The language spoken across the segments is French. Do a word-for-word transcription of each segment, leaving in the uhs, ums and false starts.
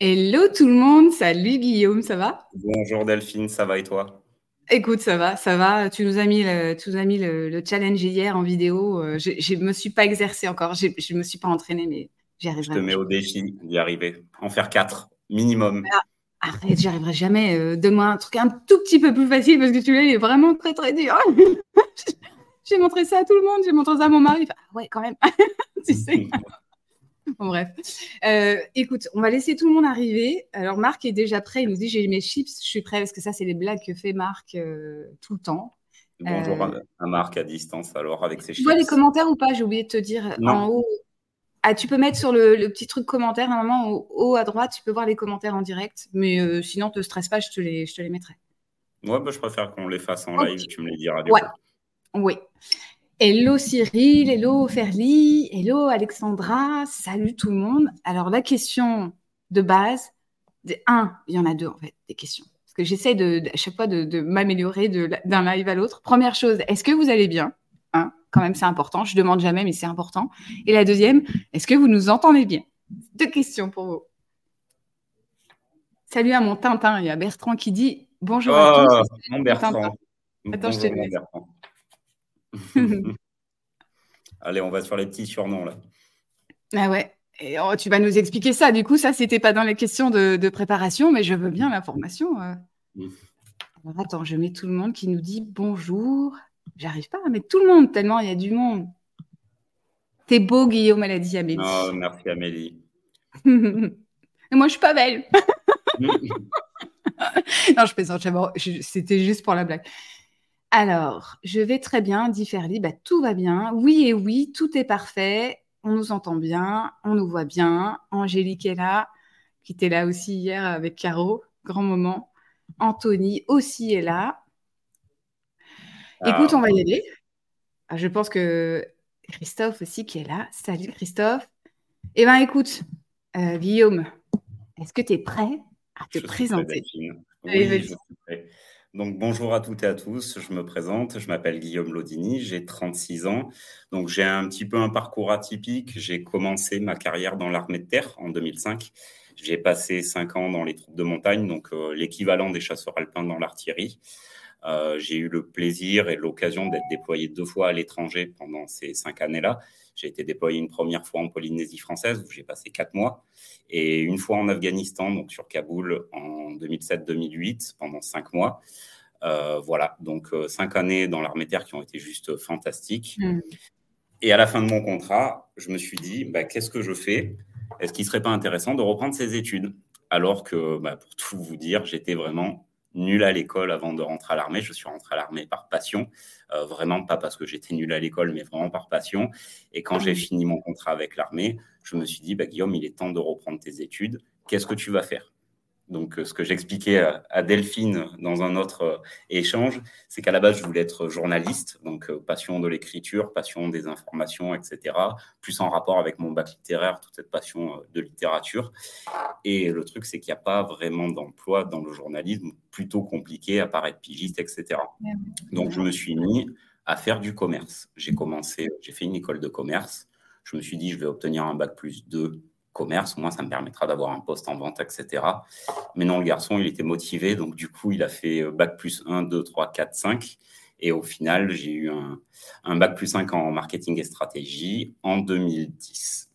Hello tout le monde, salut Guillaume, ça va? Bonjour Delphine, ça va et toi? Écoute, ça va, ça va. Tu nous as mis le, tu nous as mis le, le challenge hier en vidéo. Euh, je je me suis pas exercée encore, j'ai- je me suis pas entraînée, mais j'y Je te arriverai un mets jour. au défi d'y arriver. En faire quatre, minimum. Ah, arrête, j'y arriverai jamais. Euh, donne-moi un truc un tout petit peu plus facile parce que celui-là, il est vraiment très très dur. J'ai montré ça à tout le monde, j'ai montré ça à mon mari. Il fait, ah ouais, quand même, tu sais. Bon, bref. Euh, écoute, on va laisser tout le monde arriver. Alors, Marc est déjà prêt. Il nous dit, j'ai mes chips, je suis prêt parce que ça, c'est les blagues que fait Marc euh, tout le temps. Bonjour Euh, à, à Marc à distance alors avec ses tu vois les chips. commentaires ou pas? J'ai oublié de te dire en Non, haut. Ah, tu peux mettre sur le, le petit truc commentaire, normalement, au haut à droite, tu peux voir les commentaires en direct. Mais euh, sinon, te stresse pas, je te les, je te les mettrai. moi bah, je préfère qu'on les fasse en Ok. live, tu me les diras du Ouais, coup. oui. Hello Cyril, hello Ferly, hello Alexandra, salut tout le monde. Alors, la question de base, des- un, il y en a deux en fait, des questions. Parce que j'essaie de, de- à chaque fois de, de m'améliorer de la- d'un live à l'autre. Première chose, est-ce que vous allez bien? Hein, quand même, c'est important. Je demande jamais, mais c'est important. Et la deuxième, est-ce que vous nous entendez bien? Deux questions pour vous. Salut à mon Tintin. Il y a Bertrand qui dit bonjour à tous. Oh, Salut mon mon Tintin. Bertrand. Attends, je te Bonjour le mon laisse. Bertrand. Allez, on va sur les petits surnoms là. Ah ouais. Et oh, tu vas nous expliquer ça. Du coup, ça, c'était pas dans les questions de, de préparation, mais je veux bien l'information. euh. Alors, attends, je mets tout le monde qui nous dit bonjour. J'arrive pas à mettre tout le monde tellement il y a du monde. T'es beau, Guillaume, elle a dit Oh, Amélie. merci Amélie. Et moi, je suis pas belle. Non, je plaisante. je- C'était juste pour la blague. Alors, je vais très bien, dit Ferly. Bah, tout va bien. Oui et oui, tout est parfait. On nous entend bien, on nous voit bien. Angélique est là, qui était là aussi hier avec Caro. Grand moment. Anthony aussi est là. Écoute, on va Ah, y aller. Ah, je pense que Christophe aussi qui est là. Salut Christophe. Eh bien, écoute, euh, Guillaume, est-ce que tu es prêt à te je suis prêt présenter? Delphine. Allez, Oui, je vas-y. suis prêt. Donc bonjour à toutes et à tous, je me présente, je m'appelle Guillaume Lodini, j'ai trente-six ans. Donc j'ai un petit peu un parcours atypique. J'ai commencé ma carrière dans l'armée de terre en deux mille cinq. J'ai passé cinq ans dans les troupes de montagne, donc euh, l'équivalent des chasseurs alpins dans l'artillerie. Euh, j'ai eu le plaisir et l'occasion d'être déployé deux fois à l'étranger pendant ces cinq années-là. J'ai été déployé une première fois en Polynésie française où j'ai passé quatre mois et une fois en Afghanistan, donc sur Kaboul en deux mille sept deux mille huit pendant cinq mois. Euh, voilà, donc euh, cinq années dans l'armée de terre qui ont été juste fantastiques. Hmm. Et à la fin de mon contrat, je me suis dit, bah, qu'est-ce que je fais? Est-ce qu'il ne serait pas intéressant de reprendre ces études? Alors que, bah, pour tout vous dire, j'étais vraiment nul à l'école avant de rentrer à l'armée. Je suis rentré à l'armée par passion, euh, vraiment pas parce que j'étais nul à l'école, mais vraiment par passion. Et quand j'ai Hmm. fini mon contrat avec l'armée, je me suis dit, bah, Guillaume, il est temps de reprendre tes études. Qu'est-ce que tu vas faire? Donc, euh, ce que j'expliquais à, à Delphine dans un autre euh, échange, c'est qu'à la base, je voulais être journaliste, donc euh, passion de l'écriture, passion des informations, et cetera. Plus en rapport avec mon bac littéraire, toute cette passion euh, de littérature. Et le truc, c'est qu'il n'y a pas vraiment d'emploi dans le journalisme, plutôt compliqué à part être pigiste, et cetera. Donc, je me suis mis à faire du commerce. J'ai commencé, j'ai fait une école de commerce. Je me suis dit, je vais obtenir un bac plus deux commerce. Moi, ça me permettra d'avoir un poste en vente, et cetera. Mais non, le garçon, il était motivé. Donc, du coup, il a fait bac plus un, deux, trois, quatre, cinq. Et au final, j'ai eu un, un bac plus cinq en marketing et stratégie en deux mille dix.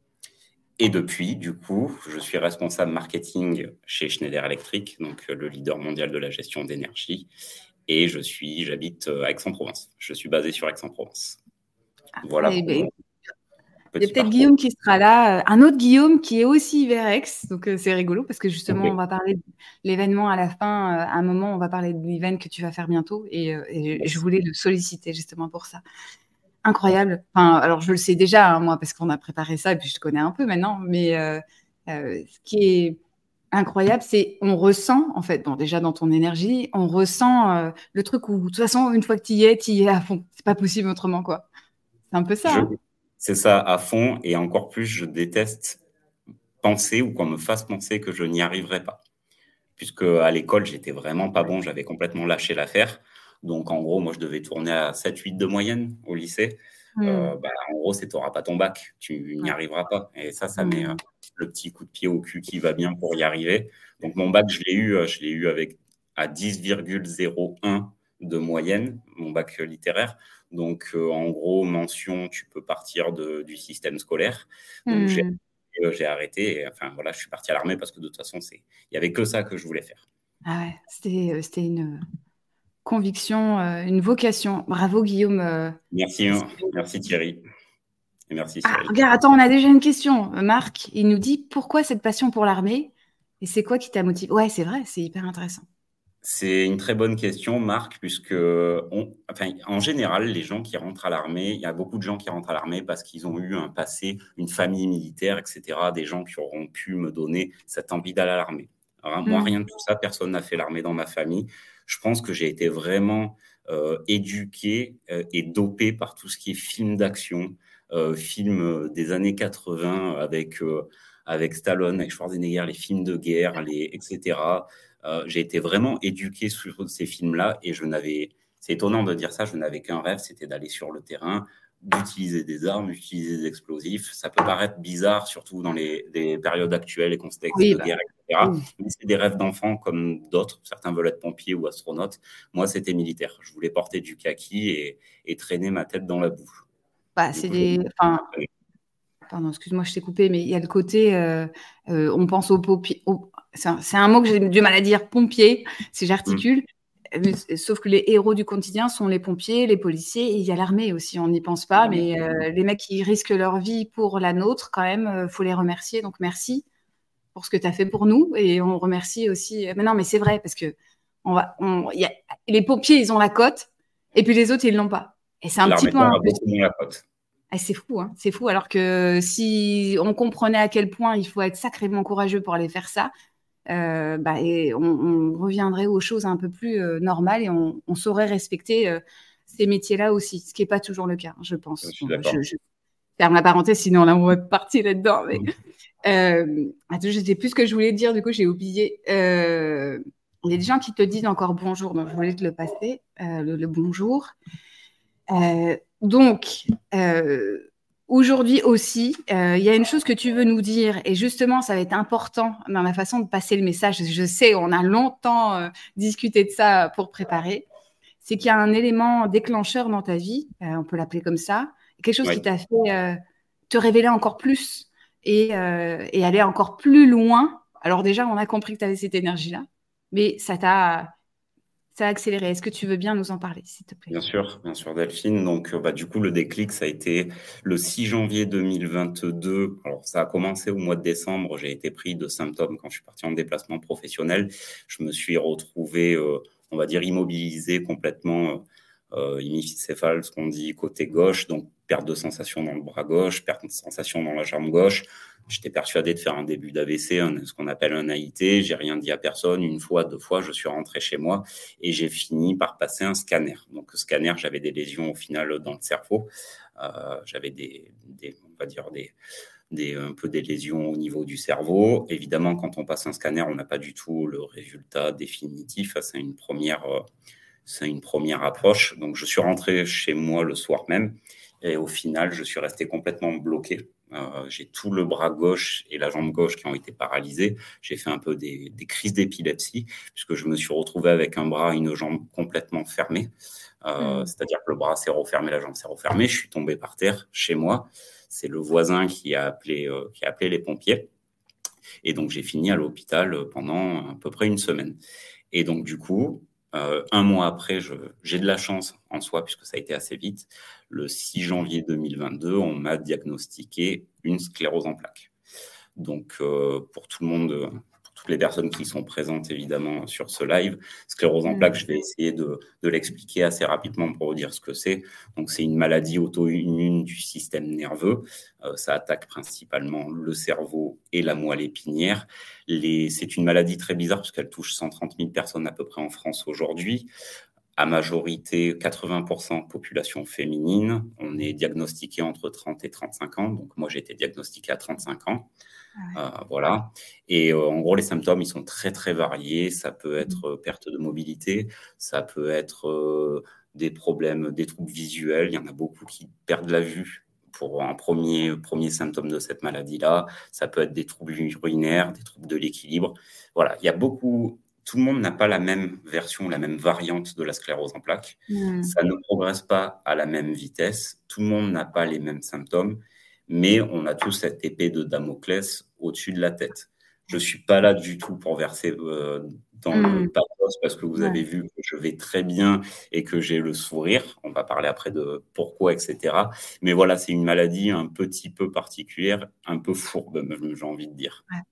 Et depuis, du coup, je suis responsable marketing chez Schneider Electric, donc le leader mondial de la gestion d'énergie. Et je suis, j'habite à Aix-en-Provence. Je suis basé sur Aix-en-Provence. Voilà Eh pour ben, mon il y a petit peut-être parcours. Guillaume qui sera là, euh, un autre Guillaume qui est aussi Verex, donc euh, c'est rigolo parce que justement on Ok. va parler de l'événement à la fin, euh, à un moment on va parler de l'event que tu vas faire bientôt et, euh, et je Yes. voulais le solliciter justement pour ça. Incroyable. Enfin, alors je le sais déjà hein, moi parce qu'on a préparé ça et puis je te connais un peu maintenant, mais euh, euh, ce qui est incroyable, c'est on ressent en fait, bon déjà dans ton énergie, on ressent euh, le truc où de toute façon une fois que tu y es, tu y es à fond. C'est pas possible autrement quoi. C'est un peu ça. Je, Hein. c'est ça à fond. Et encore plus, je déteste penser ou qu'on me fasse penser que je n'y arriverai pas. Puisque à l'école, j'étais vraiment pas bon, j'avais complètement lâché l'affaire. Donc en gros, moi, je devais tourner à sept huit de moyenne au lycée. Mmh. euh, bah, en gros, c'est tu n'auras pas ton bac, tu n'y Ouais. arriveras pas. Et ça, ça met euh, Mmh. le petit coup de pied au cul qui va bien pour y arriver. Donc, mon bac, je l'ai eu, euh, je l'ai eu avec à dix virgule zéro un de moyenne, mon bac littéraire. Donc, euh, en gros, mention, tu peux partir de, du système scolaire. Donc, j'ai Mmh. euh, j'ai arrêté. Et, enfin, voilà, je suis parti à l'armée parce que de toute façon, c'est, il n'y avait que ça que je voulais faire. Ah ouais, c'était, euh, c'était une conviction, euh, une vocation. Bravo, Guillaume. euh, Merci, parce hein. que- Merci Thierry. Et merci Ah, Cyril. regarde, attends, on a déjà une question. Euh, Marc, il nous dit pourquoi cette passion pour l'armée et c'est quoi qui t'a motivé? Ouais, c'est vrai, c'est hyper intéressant. C'est une très bonne question, Marc, puisque on, enfin, en général, les gens qui rentrent à l'armée, il y a beaucoup de gens qui rentrent à l'armée parce qu'ils ont eu un passé, une famille militaire, et cetera. Des gens qui auront pu me donner cette envie d'aller à l'armée. Alors, moi, Hmm. rien de tout ça, personne n'a fait l'armée dans ma famille. Je pense que j'ai été vraiment euh, éduqué euh, et dopé par tout ce qui est film d'action, euh, films des années quatre-vingts avec, euh, avec Stallone, avec Schwarzenegger, les films de guerre, les, et cetera. Euh, j'ai été vraiment éduqué sur ces films-là et je n'avais, c'est étonnant de dire ça, je n'avais qu'un rêve, c'était d'aller sur le terrain, d'utiliser des armes, d'utiliser des explosifs. Ça peut paraître bizarre, surtout dans les, les périodes actuelles, les contextes Oui, de bah, guerre, et cetera. oui. Mais c'est des rêves d'enfant comme d'autres. Certains veulent être pompiers ou astronautes. Moi, c'était militaire. Je voulais porter du kaki et, et traîner ma tête dans la boue. Bah, Du c'est coup, j'ai des. Enfin, pardon, excuse-moi, je t'ai coupé, mais il y a le côté, euh, euh, on pense aux pompiers. aux- C'est un, c'est un mot que j'ai du mal à dire, pompiers, si Hum, j'articule. Mais- sauf que les héros du quotidien sont les pompiers, les policiers, et il y a l'armée aussi. On n'y pense pas, évidemment. mais euh, les mecs qui risquent leur vie pour la nôtre, quand même, euh, faut les remercier. Donc merci pour ce que tu as fait pour nous, et on remercie aussi. Mais non, mais c'est vrai parce que on va, on, il y a, les pompiers, ils ont la cote, et puis les autres, ils l'ont pas. Et c'est un petit L'armée de peu terre a injuste. beaucoup moins la cote. Ah, c'est fou, hein, c'est fou. Alors que si on comprenait à quel point il faut être sacrément courageux pour aller faire ça, euh, bah, et on, on reviendrait aux choses un peu plus euh, normales et on, on saurait respecter euh, ces métiers-là aussi, ce qui n'est pas toujours le cas, je Je pense. suis Bon, je, d'accord. je ferme la parenthèse, sinon là, on va partir là-dedans. Mais, Hum. euh, attends, je ne sais plus ce que je voulais dire, du coup, j'ai oublié. Euh, il y a des gens qui te disent encore bonjour, donc je voulais te le passer, euh, le, le bonjour. Euh, donc, euh, aujourd'hui aussi, euh, il y a une chose que tu veux nous dire, et justement, ça va être important dans la façon de passer le message. Je sais, on a longtemps euh, discuté de ça pour préparer. C'est qu'il y a un élément déclencheur dans ta vie, euh, on peut l'appeler comme ça, quelque chose qui Oui. t'a fait euh, te révéler encore plus et, euh, et aller encore plus loin. Alors déjà, on a compris que tu avais cette énergie-là, mais ça t'a ça a accéléré. Est-ce que tu veux bien nous en parler, s'il te plaît? Bien sûr, bien sûr, Delphine. Donc, euh, bah, du coup, le déclic, ça a été le six janvier deux mille vingt-deux. Alors, ça a commencé au mois de décembre. J'ai été pris de symptômes quand je suis parti en déplacement professionnel. Je me suis retrouvé, euh, on va dire, immobilisé complètement, euh, hémicéphale, ce qu'on dit côté gauche. Donc, perte de sensation dans le bras gauche, perte de sensation dans la jambe gauche. J'étais persuadé de faire un début d'A V C, un- ce qu'on appelle un A I T. J'ai rien dit à personne. Une fois, deux fois, je suis rentré chez moi et j'ai fini par passer un scanner. Donc, scanner, j'avais des lésions au final dans le cerveau. Euh, j'avais des, des, on va dire des, des, un peu des lésions au niveau du cerveau. Évidemment, quand on passe un scanner, on n'a pas du tout le résultat définitif. C'est une première, euh, c'est une première approche. Donc, je suis rentré chez moi le soir même et au final, je suis resté complètement bloqué. Euh, j'ai tout le bras gauche et la jambe gauche qui ont été paralysés. J'ai fait un peu des, des crises d'épilepsie puisque je me suis retrouvé avec un bras et une jambe complètement fermés. Euh, Hmm. c'est-à-dire que le bras s'est refermé, la jambe s'est refermée. Je suis tombé par terre chez moi. C'est le voisin qui a appelé, euh, qui a appelé les pompiers. Et donc, j'ai fini à l'hôpital pendant à peu près une semaine. Et donc, du coup, euh, un mois après, je, j'ai de la chance en soi, puisque ça a été assez vite. Le six janvier deux mille vingt-deux, on m'a diagnostiqué une sclérose en plaques. Donc, euh, pour tout le monde, pour toutes les personnes qui sont présentes évidemment sur ce live, sclérose en plaques, Hmm. je vais essayer de, de l'expliquer assez rapidement pour vous dire ce que c'est. Donc, c'est une maladie auto-immune du système nerveux. Euh, ça attaque principalement le cerveau et la moelle épinière. Les, c'est une maladie très bizarre parce qu'elle touche cent trente mille personnes à peu près en France aujourd'hui. À majorité, quatre-vingts pour cent population féminine. On est diagnostiqué entre trente et trente-cinq ans. Donc, moi, j'ai été diagnostiqué à trente-cinq ans. Ah ouais. Euh, voilà. Et euh, en gros, les symptômes, ils sont très, très variés. Ça peut Hmm. être euh, perte de mobilité, ça peut être euh, des problèmes, des troubles visuels. Il y en a beaucoup qui perdent la vue pour un premier, premier symptôme de cette maladie-là. Ça peut être des troubles urinaires, des troubles de l'équilibre. Voilà, il y a beaucoup... Tout le monde n'a pas la même version, la même variante de la sclérose en plaques. Mmh. Ça ne progresse pas à la même vitesse. Tout le monde n'a pas les mêmes symptômes, mais on a tous cette épée de Damoclès au-dessus de la tête. Je ne suis pas là du tout pour verser euh, dans mmh. le pathos parce que vous ouais. avez vu que je vais très bien et que j'ai le sourire. On va parler après de pourquoi, et cetera. Mais voilà, c'est une maladie un petit peu particulière, un peu fourbe, j'ai envie de dire. Ouais.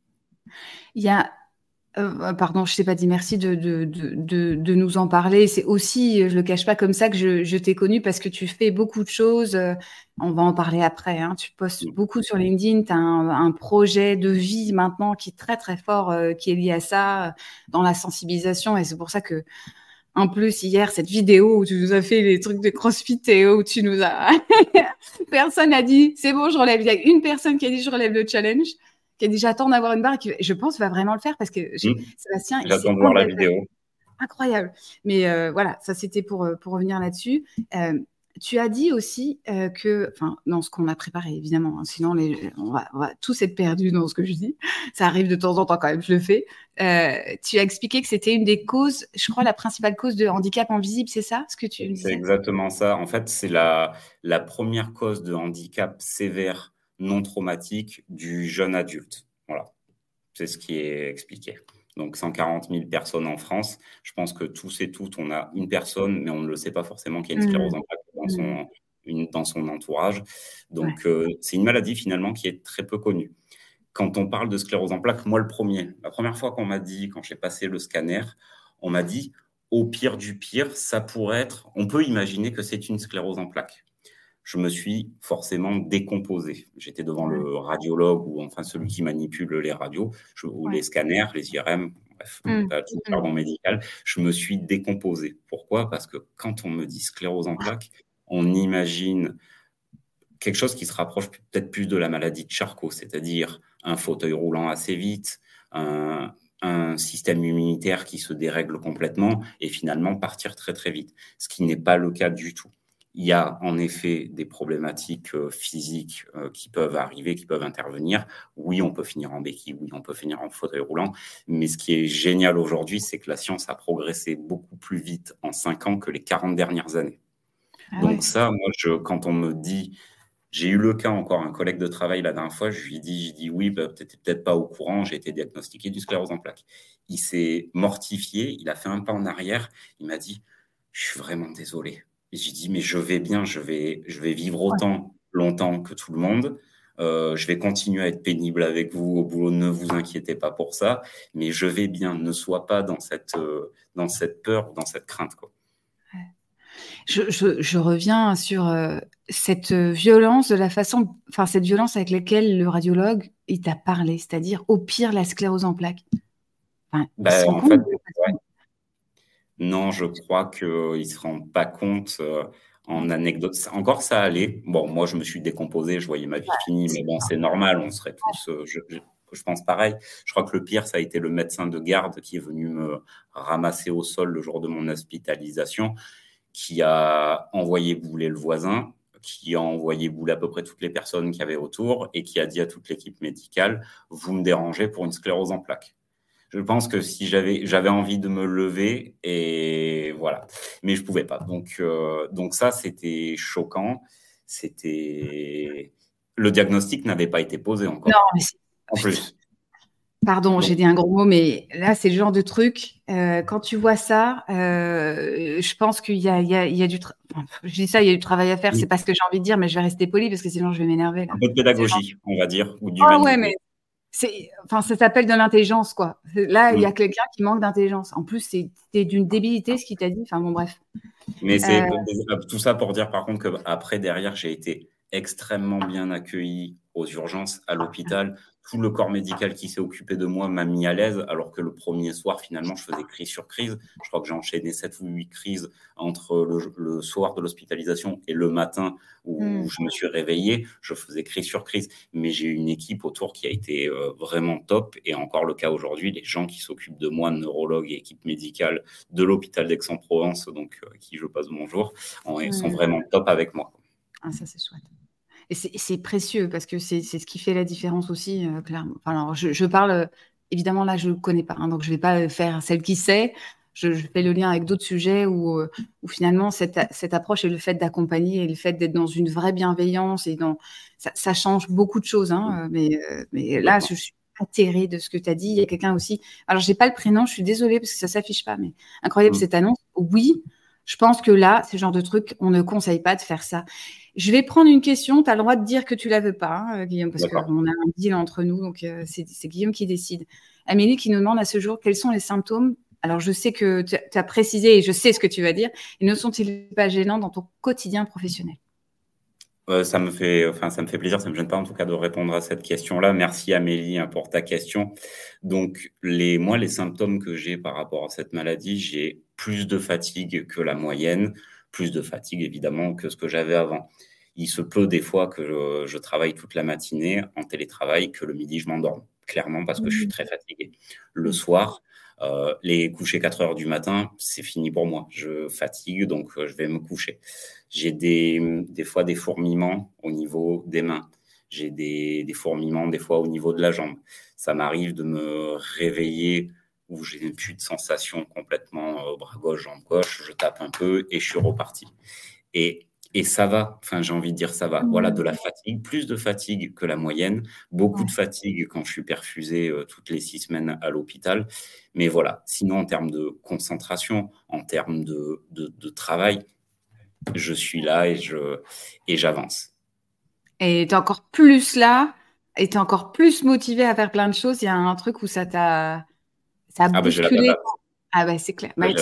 Il y a... Euh, pardon, je ne t'ai pas dit merci de, de, de, de, de nous en parler. C'est aussi, je ne le cache pas comme ça, que je, je t'ai connue parce que tu fais beaucoup de choses. Euh, on va en parler après. Hein. Tu postes mmh. beaucoup sur LinkedIn. Tu as un, un projet de vie maintenant qui est très, très fort, euh, qui est lié à ça, euh, dans la sensibilisation. Et c'est pour ça que, en plus, hier, cette vidéo où tu nous as fait les trucs de CrossFit et où tu nous as... Personne n'a dit, c'est bon, je relève. Il y a une personne qui a dit, je relève le challenge, qui a dit j'attends d'avoir une barre et qui, je pense, va vraiment le faire parce que j'ai, mmh. Sébastien... J'attends de voir la vidéo. Incroyable. Mais euh, voilà, ça, c'était pour, pour revenir là-dessus. Euh, tu as dit aussi euh, que... Enfin, dans ce qu'on a préparé, évidemment. Hein, sinon, les, on, va, on va tous être perdus dans ce que je dis. Ça arrive de temps en temps quand même, je le fais. Euh, tu as expliqué que c'était une des causes, je crois, la principale cause de handicap invisible, c'est ça ce que tu me disais ? C'est exactement ça. En fait, c'est la, la première cause de handicap sévère non traumatique du jeune adulte. Voilà, c'est ce qui est expliqué. Donc, cent quarante mille personnes en France. Je pense que tous et toutes, on a une personne, mais on ne le sait pas forcément qu'il y a une sclérose en plaques dans son, une, dans son entourage. Donc, ouais. euh, c'est une maladie finalement qui est très peu connue. Quand on parle de sclérose en plaques, moi le premier, la première fois qu'on m'a dit, quand j'ai passé le scanner, on m'a dit, au pire du pire, ça pourrait être, on peut imaginer que c'est une sclérose en plaques. Je me suis forcément décomposé. J'étais devant ouais. le radiologue ou enfin celui qui manipule les radios je, ou ouais. les scanners, les I R M, bref, mmh. tout le pardon médical. Je me suis décomposé. Pourquoi ? Parce que quand on me dit sclérose en plaques, on imagine quelque chose qui se rapproche peut-être plus de la maladie de Charcot, c'est-à-dire un fauteuil roulant assez vite, un, un système immunitaire qui se dérègle complètement et finalement partir très très vite, ce qui n'est pas le cas du tout. Il y a en effet des problématiques euh, physiques euh, qui peuvent arriver, qui peuvent intervenir. Oui, on peut finir en béquille, oui, on peut finir en fauteuil roulant. Mais ce qui est génial aujourd'hui, c'est que la science a progressé beaucoup plus vite en cinq ans que les quarante dernières années. Ah Donc ouais. ça, moi, je, quand on me dit... J'ai eu le cas encore, un collègue de travail la dernière fois, je lui ai dit, j'ai dit oui, bah, peut-être, peut-être pas au courant, j'ai été diagnostiqué du sclérose en plaques. Il s'est mortifié, il a fait un pas en arrière, il m'a dit, je suis vraiment désolé. Et j'ai dit, mais je vais bien, je vais, je vais vivre autant longtemps que tout le monde, euh, je vais continuer à être pénible avec vous au boulot, ne vous inquiétez pas pour ça, mais je vais bien, ne sois pas dans cette, euh, dans cette peur, dans cette crainte, quoi. Je, je, je reviens sur euh, cette violence de la façon, enfin cette violence avec laquelle le radiologue il t'a parlé, c'est-à-dire au pire la sclérose en plaques. Enfin, ben, il se rend en compte fait, ouais. Non, je crois qu'il ne se rend pas compte. Euh, en anecdote, encore ça allait. Bon, moi je me suis décomposé, je voyais ma vie ouais, finie, mais bon, c'est normal, on serait tous. Euh, je, je, je pense pareil. Je crois que le pire, ça a été le médecin de garde qui est venu me ramasser au sol le jour de mon hospitalisation, qui a envoyé bouler le voisin, qui a envoyé bouler à peu près toutes les personnes qui avaient autour et qui a dit à toute l'équipe médicale, vous me dérangez pour une sclérose en plaques. Je pense que si j'avais, j'avais envie de me lever et voilà, mais je pouvais pas. Donc, euh, donc ça, c'était choquant. C'était le diagnostic n'avait pas été posé encore. Non, mais c'est... en plus. Pardon, donc, j'ai dit un gros mot, mais là, c'est le genre de truc. Euh, quand tu vois ça, euh, je pense qu'il y a, il y a, il y a du. Tra... Enfin, je dis ça, il y a du travail à faire. Oui. C'est pas ce que j'ai envie de dire, mais je vais rester polie parce que sinon, je vais m'énerver. Là. Un peu de pédagogie, on va dire, ou du. Ah ouais, mais c'est, enfin, ça s'appelle de l'intelligence, quoi. Là, il mmh. y a quelqu'un qui manque d'intelligence. En plus, c'est, c'est d'une débilité ce qu'il t'a dit. Enfin bon, bref. Mais c'est euh... tout ça pour dire, par contre, que après derrière, j'ai été extrêmement bien accueilli aux urgences, à l'hôpital. Tout le corps médical qui s'est occupé de moi m'a mis à l'aise, alors que le premier soir, finalement, je faisais crise sur crise. Je crois que j'ai enchaîné sept ou huit crises entre le, le soir de l'hospitalisation et le matin où mmh. je me suis réveillé. Je faisais crise sur crise. Mais j'ai eu une équipe autour qui a été euh, vraiment top. Et encore le cas aujourd'hui, les gens qui s'occupent de moi, neurologues et équipe médicale de l'hôpital d'Aix-en-Provence, donc euh, qui je passe bonjour, mmh. sont vraiment top avec moi. Ah, ça, c'est chouette. Et c'est, c'est précieux parce que c'est, c'est ce qui fait la différence aussi, euh, clairement. Enfin, alors, je, je parle, euh, évidemment, là, je ne connais pas, hein, donc je ne vais pas faire celle qui sait. Je, je fais le lien avec d'autres sujets où, euh, où finalement, cette, cette approche et le fait d'accompagner et le fait d'être dans une vraie bienveillance, et dans, ça, ça change beaucoup de choses. Hein, mais, euh, mais là, je suis atterrée de ce que tu as dit. Il y a quelqu'un aussi. Alors, je n'ai pas le prénom, je suis désolée parce que ça ne s'affiche pas, mais incroyable mmh. cette annonce. Oui, je pense que là, c'est le genre de truc, on ne conseille pas de faire ça. Je vais prendre une question. Tu as le droit de dire que tu ne la veux pas, hein, Guillaume, parce D'accord. qu'on a un deal entre nous. Donc, euh, c'est, c'est Guillaume qui décide. Amélie qui nous demande à ce jour quels sont les symptômes. Alors, je sais que tu as précisé et je sais ce que tu vas dire. Et ne sont-ils pas gênants dans ton quotidien professionnel ? Euh, ça me fait, enfin, ça me fait plaisir, ça ne me gêne pas en tout cas de répondre à cette question-là. Merci Amélie hein, pour ta question. Donc, les, moi, les symptômes que j'ai par rapport à cette maladie, j'ai plus de fatigue que la moyenne, plus de fatigue évidemment que ce que j'avais avant. Il se peut des fois que je, je travaille toute la matinée en télétravail, que le midi je m'endorme, clairement parce que mmh. je suis très fatigué. Le mmh. soir, euh, les coucher quatre heures du matin, c'est fini pour moi. Je fatigue, donc euh, je vais me coucher. J'ai des, des fois des fourmillements au niveau des mains. J'ai des, des fourmillements des fois au niveau de la jambe. Ça m'arrive de me réveiller où j'ai plus de sensation complètement euh, bras gauche, jambe gauche. Je tape un peu et je suis reparti. Et Et ça va, enfin j'ai envie de dire ça va. Mmh. Voilà, de la fatigue, plus de fatigue que la moyenne, beaucoup ouais. de fatigue quand je suis perfusé euh, toutes les six semaines à l'hôpital. Mais voilà, sinon en termes de concentration, en termes de, de, de travail, je suis là et, je, et j'avance. Et tu es encore plus là, et tu es encore plus motivé à faire plein de choses. Il y a un truc où ça t'a ça a ah bousculé. Bah, ah bah c'est clair. Bah,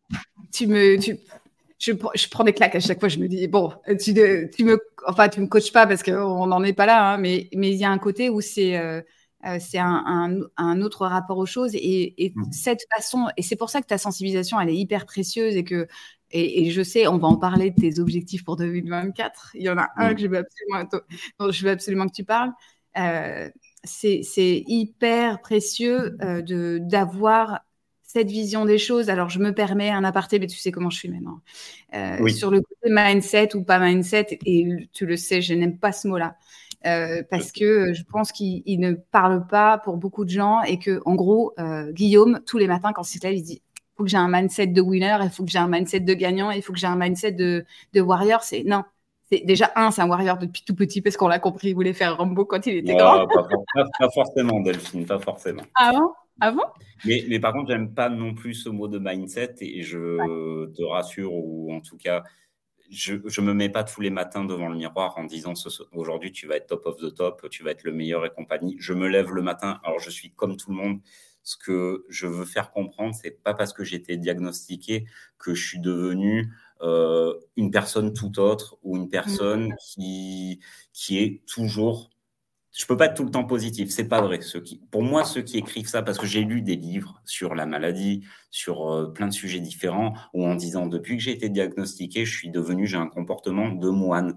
tu me... Tu... Je, je prends des claques à chaque fois. Je me dis bon, tu, tu me, enfin, tu me coaches pas parce qu'on n'en est pas là, hein, mais mais il y a un côté où c'est euh, c'est un, un, un autre rapport aux choses et, et mmh. cette façon. Et c'est pour ça que ta sensibilisation, elle est hyper précieuse et que et, et je sais, on va en parler de tes objectifs pour deux mille vingt-quatre. Il y en a un mmh. que je veux absolument, dont je veux absolument que tu parles. Euh, c'est c'est hyper précieux euh, de d'avoir cette vision des choses. Alors, je me permets un aparté, mais tu sais comment je suis maintenant. Euh, oui. Sur le côté mindset ou pas mindset, et tu le sais, je n'aime pas ce mot-là. Euh, parce que je pense qu'il il ne parle pas pour beaucoup de gens et que, en gros, euh, Guillaume, tous les matins, quand il se lève, il dit il faut que j'ai un mindset de winner, il faut que j'ai un mindset de gagnant, il faut que j'ai un mindset de, de warrior. C'est non. C'est, déjà, un, c'est un warrior depuis tout petit parce qu'on l'a compris, il voulait faire Rambo quand il était oh, grand. Pas, pas, pas forcément, Delphine, pas forcément. Ah bon Ah bon mais, mais par contre, j'aime pas non plus ce mot de mindset et je ouais. te rassure, ou en tout cas, je ne me mets pas tous les matins devant le miroir en disant ce, aujourd'hui, tu vas être top of the top, tu vas être le meilleur et compagnie. Je me lève le matin, alors je suis comme tout le monde. Ce que je veux faire comprendre, c'est pas parce que j'ai été diagnostiqué que je suis devenu euh, une personne tout autre ou une personne mmh. qui, qui est toujours... Je peux pas être tout le temps positif, c'est pas vrai. Ceux qui, pour moi, ceux qui écrivent ça, parce que j'ai lu des livres sur la maladie, sur euh, plein de sujets différents, où en disant depuis que j'ai été diagnostiqué, je suis devenu, j'ai un comportement de moine.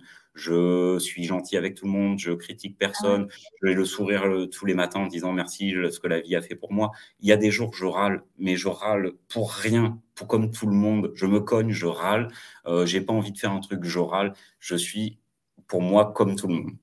Je suis gentil avec tout le monde, je critique personne, je vais le sourire le, tous les matins en disant merci ce que la vie a fait pour moi. Il y a des jours je râle, mais je râle pour rien, pour comme tout le monde. Je me cogne, je râle. Euh, j'ai pas envie de faire un truc, je râle. Je suis pour moi comme tout le monde.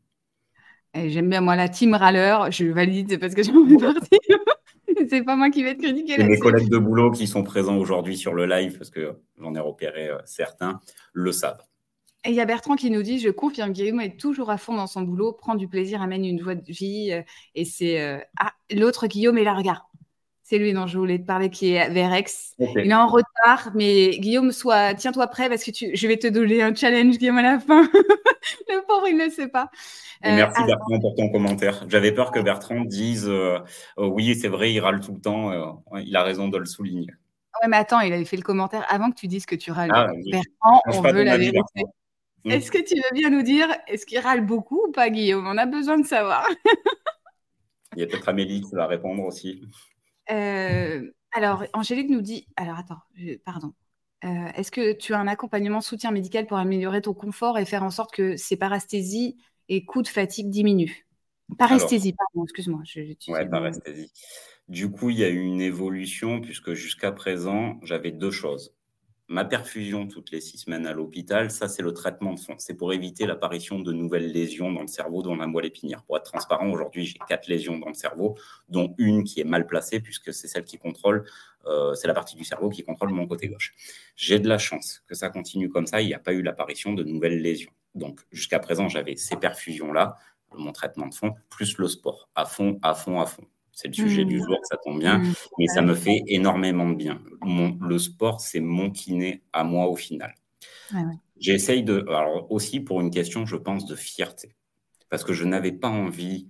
Et j'aime bien, moi, la team râleur, je valide parce que j'en fais partie. C'est pas moi qui vais être critiquée. Et mes collègues de boulot qui sont présents aujourd'hui sur le live, parce que j'en ai repéré euh, certains, le savent. Et il y a Bertrand qui nous dit, je confirme, Guillaume est toujours à fond dans son boulot, prend du plaisir, amène une joie de vie. Euh, et c'est... Euh... Ah, l'autre Guillaume est là, regarde. C'est lui dont je voulais te parler, qui est vers Aix. Okay. Il est en retard, mais Guillaume, sois... tiens-toi prêt parce que tu... je vais te donner un challenge, Guillaume, à la fin. Le pauvre, il ne le sait pas. Et merci euh, Bertrand alors... pour ton commentaire. J'avais peur que Bertrand dise euh, euh, oui, c'est vrai, il râle tout le temps. Euh, il a raison de le souligner. Ouais, mais attends, il avait fait le commentaire avant que tu dises que tu râles. Ah, Bertrand, on veut la vérité. Est-ce que tu veux bien nous dire, est-ce qu'il râle beaucoup ou pas, Guillaume? On a besoin de savoir. Il y a peut-être Amélie qui va répondre aussi. Euh, alors, Angélique nous dit, alors attends, je- pardon. Euh, est-ce que tu as un accompagnement soutien médical pour améliorer ton confort et faire en sorte que ces paresthésies et coups de fatigue diminuent? Alors, Paresthésie, pardon, excuse-moi, j'ai utilisé ouais, le mot. paresthésie. Du coup, il y a eu une évolution puisque jusqu'à présent, j'avais deux choses. Ma perfusion toutes les six semaines à l'hôpital, ça, c'est le traitement de fond. C'est pour éviter l'apparition de nouvelles lésions dans le cerveau, dans la moelle épinière. Pour être transparent, aujourd'hui, j'ai quatre lésions dans le cerveau, dont une qui est mal placée, puisque c'est celle qui contrôle, euh, c'est la partie du cerveau qui contrôle mon côté gauche. J'ai de la chance que ça continue comme ça, il n'y a pas eu l'apparition de nouvelles lésions. Donc, jusqu'à présent, j'avais ces perfusions-là, mon traitement de fond, plus le sport, à fond, à fond, à fond. C'est le sujet du Mmh. jour, ça tombe bien, Mmh. mais ça Ouais. me fait énormément de bien. Mon, le sport, c'est mon kiné à moi au final. Ouais, ouais. J'essaye de, alors aussi pour une question, je pense, de fierté, parce que je n'avais pas envie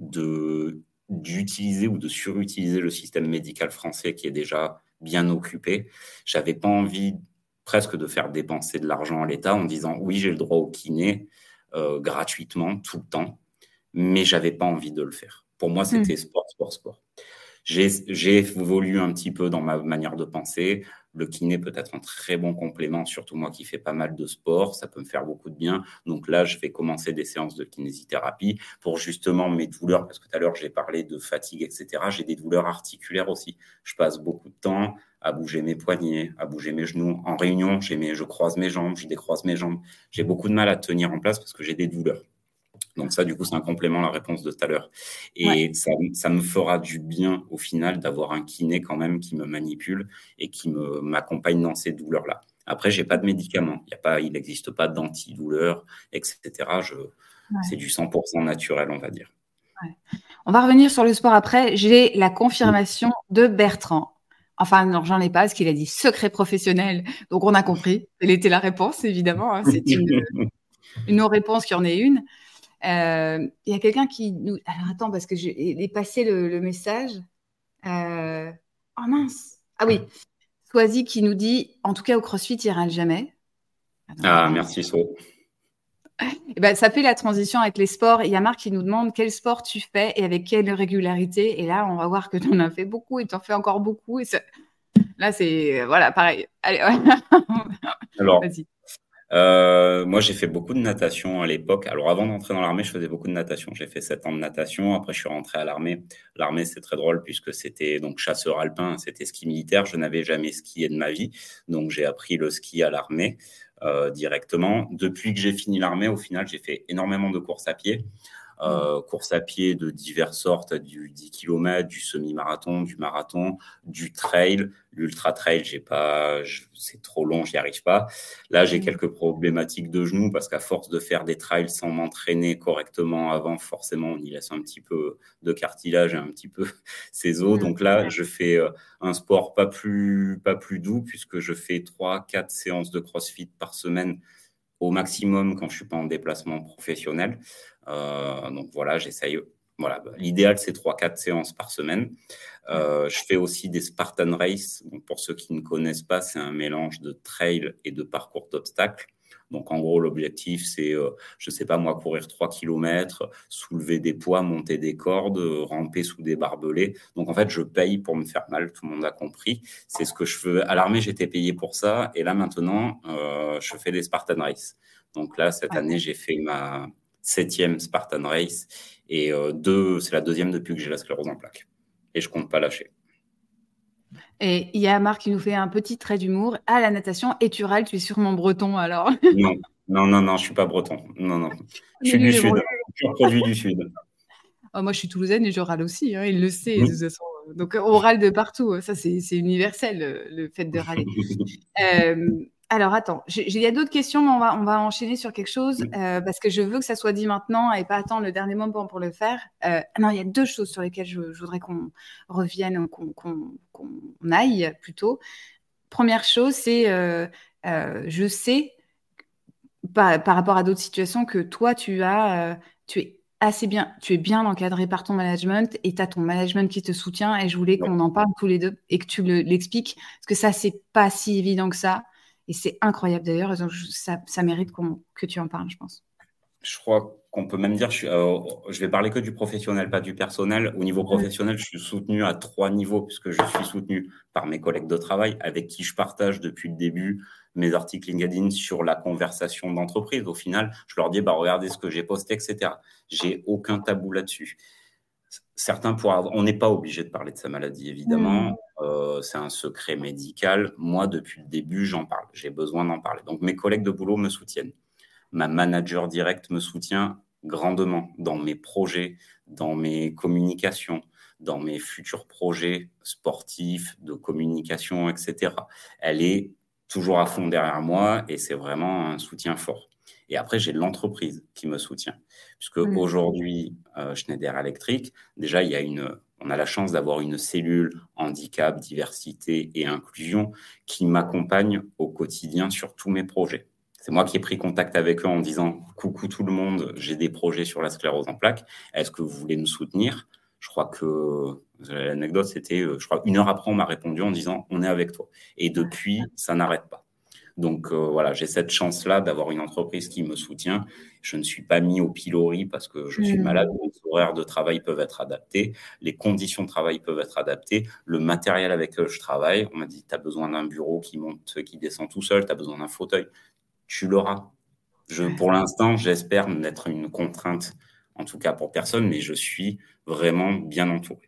de d'utiliser ou de surutiliser le système médical français qui est déjà bien occupé. J'avais pas envie presque de faire dépenser de l'argent à l'État en disant oui, j'ai le droit au kiné euh, gratuitement tout le temps, mais j'avais pas envie de le faire. Pour moi, Mmh. c'était sport, sport, sport. J'ai, j'ai évolué un petit peu dans ma manière de penser. Le kiné peut être un très bon complément, surtout moi qui fais pas mal de sport, ça peut me faire beaucoup de bien. Donc là, je vais commencer des séances de kinésithérapie pour justement mes douleurs, parce que tout à l'heure, j'ai parlé de fatigue, et cetera. J'ai des douleurs articulaires aussi. Je passe beaucoup de temps à bouger mes poignets, à bouger mes genoux. En réunion, j'ai mes, je croise mes jambes, je décroise mes jambes. J'ai beaucoup de mal à tenir en place parce que j'ai des douleurs. Donc ça, du coup, c'est un complément à la réponse de tout à l'heure. Ouais. Et ça, ça me fera du bien au final d'avoir un kiné quand même qui me manipule et qui me, m'accompagne dans ces douleurs-là. Après, j'ai pas de médicaments. Il y a pas, il n'existe pas d'antidouleur, et cetera. Je, c'est Ouais. du cent pour cent naturel, on va dire. Ouais. On va revenir sur le sport après. J'ai la confirmation de Bertrand. Enfin, non, j'en ai pas, parce qu'il a dit secret professionnel. Donc, on a compris. Quelle était la réponse, évidemment, hein. C'est une, une non-réponse qui en est une. Euh, Il y a quelqu'un qui nous. Alors, attends, parce que j'ai passé le, le message. Euh... Oh mince. Ah oui. Swazi qui nous dit en tout cas, au CrossFit, il râle jamais. Attends, je vais Ah, voir. merci, So. Eh ben, ça fait la transition avec les sports. Il y a Marc qui nous demande quel sport tu fais et avec quelle régularité. Et là, on va voir que tu en as fait beaucoup et tu en fais encore beaucoup. Et ça... Là, c'est. Voilà, pareil. Allez, ouais. Alors, Vas-y. Euh, moi, j'ai fait beaucoup de natation à l'époque. Alors, avant d'entrer dans l'armée, je faisais beaucoup de natation. J'ai fait sept ans de natation. Après, je suis rentré à l'armée. L'armée, c'est très drôle puisque c'était donc chasseur alpin, c'était ski militaire. Je n'avais jamais skié de ma vie. Donc, j'ai appris le ski à l'armée euh, directement. Depuis que j'ai fini l'armée, au final, j'ai fait énormément de courses à pied. Euh, course à pied de diverses sortes, du dix kilomètres, du semi-marathon, du marathon, du trail. L'ultra trail, j'ai pas, je, c'est trop long, j'y arrive pas. Là, j'ai Mm. quelques problématiques de genoux parce qu'à force de faire des trails sans m'entraîner correctement avant, forcément, on y laisse un petit peu de cartilage et un petit peu ses os. Mm. Donc là, je fais euh, un sport pas plus, pas plus doux puisque je fais trois, quatre séances de CrossFit par semaine au maximum quand je suis pas en déplacement professionnel. Euh, donc voilà, j'essaye. Voilà, l'idéal c'est trois quatre séances par semaine. Euh, je fais aussi des Spartan Race. Donc pour ceux qui ne connaissent pas, c'est un mélange de trail et de parcours d'obstacles. Donc en gros, l'objectif c'est, euh, je sais pas moi, courir trois kilomètres, soulever des poids, monter des cordes, euh, ramper sous des barbelés. Donc en fait, je paye pour me faire mal. Tout le monde a compris. C'est ce que je fais. À l'armée, j'étais payé pour ça, et là maintenant, euh, je fais des Spartan Race. Donc là, cette Ouais. année, j'ai fait ma septième Spartan Race et euh, deux, c'est la deuxième depuis que j'ai la sclérose en plaques. Et je compte pas lâcher. Et il y a Marc qui nous fait un petit trait d'humour. Ah, la natation, et tu râles, tu es sûrement breton alors. Non, non, non, non, je suis pas breton. Non, non, je Mais suis lui, du il est sud, breton. pur produit du sud. Oh, moi, je suis toulousaine et je râle aussi, hein, il le sait de toute Oui. façon. Donc, on râle de partout. Ça, c'est c'est universel, le, le fait de râler. Euh, alors, attends, j'ai- j'ai- il y a d'autres questions, mais on va, on va enchaîner sur quelque chose euh, parce que je veux que ça soit dit maintenant et pas attendre le dernier moment pour le faire. Euh, non, il y a deux choses sur lesquelles je, je voudrais qu'on revienne, qu'on qu'on- qu'on aille plutôt. Première chose, c'est euh, euh, je sais par, par rapport à d'autres situations que toi, tu as, euh, tu es assez bien, tu es bien encadré par ton management et tu as ton management qui te soutient et je voulais Ouais. qu'on en parle tous les deux et que tu le- l'expliques parce que ça, c'est pas si évident que ça. Et c'est incroyable d'ailleurs. Donc, je- ça, ça mérite qu'on, que tu en parles, je pense. Je crois qu'on peut même dire, je, suis, euh, je vais parler que du professionnel, pas du personnel. Au niveau professionnel, je suis soutenu à trois niveaux, puisque je suis soutenu par mes collègues de travail, avec qui je partage depuis le début mes articles LinkedIn sur la conversation d'entreprise. Au final, je leur dis, bah, regardez ce que j'ai posté, et cetera. J'ai aucun tabou là-dessus. Certains pourraient avoir- on n'est pas obligé de parler de sa maladie, évidemment. Mmh. Euh, c'est un secret médical. Moi, depuis le début, j'en parle. J'ai besoin d'en parler. Donc, mes collègues de boulot me soutiennent. Ma manager directe me soutient grandement dans mes projets, dans mes communications, dans mes futurs projets sportifs, de communication, et cetera. Elle est toujours à fond derrière moi et c'est vraiment un soutien fort. Et après, j'ai l'entreprise qui me soutient. Puisque Mmh. aujourd'hui, euh, Schneider Electric, déjà, il y a une, on a la chance d'avoir une cellule handicap, diversité et inclusion qui m'accompagne au quotidien sur tous mes projets. C'est moi qui ai pris contact avec eux en disant « Coucou tout le monde, j'ai des projets sur la sclérose en plaques. Est-ce que vous voulez me soutenir ?» Je crois que l'anecdote, c'était, je crois, une heure après, on m'a répondu en disant « On est avec toi ». Et depuis, ça n'arrête pas. Donc euh, voilà, j'ai cette chance-là d'avoir une entreprise qui me soutient. Je ne suis pas mis au pilori parce que je suis malade. Mmh. Les horaires de travail peuvent être adaptés, les conditions de travail peuvent être adaptées, le matériel avec lequel je travaille. On m'a dit, tu as besoin d'un bureau qui monte, qui descend tout seul, tu as besoin d'un fauteuil. Tu l'auras. Je, pour l'instant, j'espère n'être une contrainte, en tout cas pour personne, mais je suis vraiment bien entouré.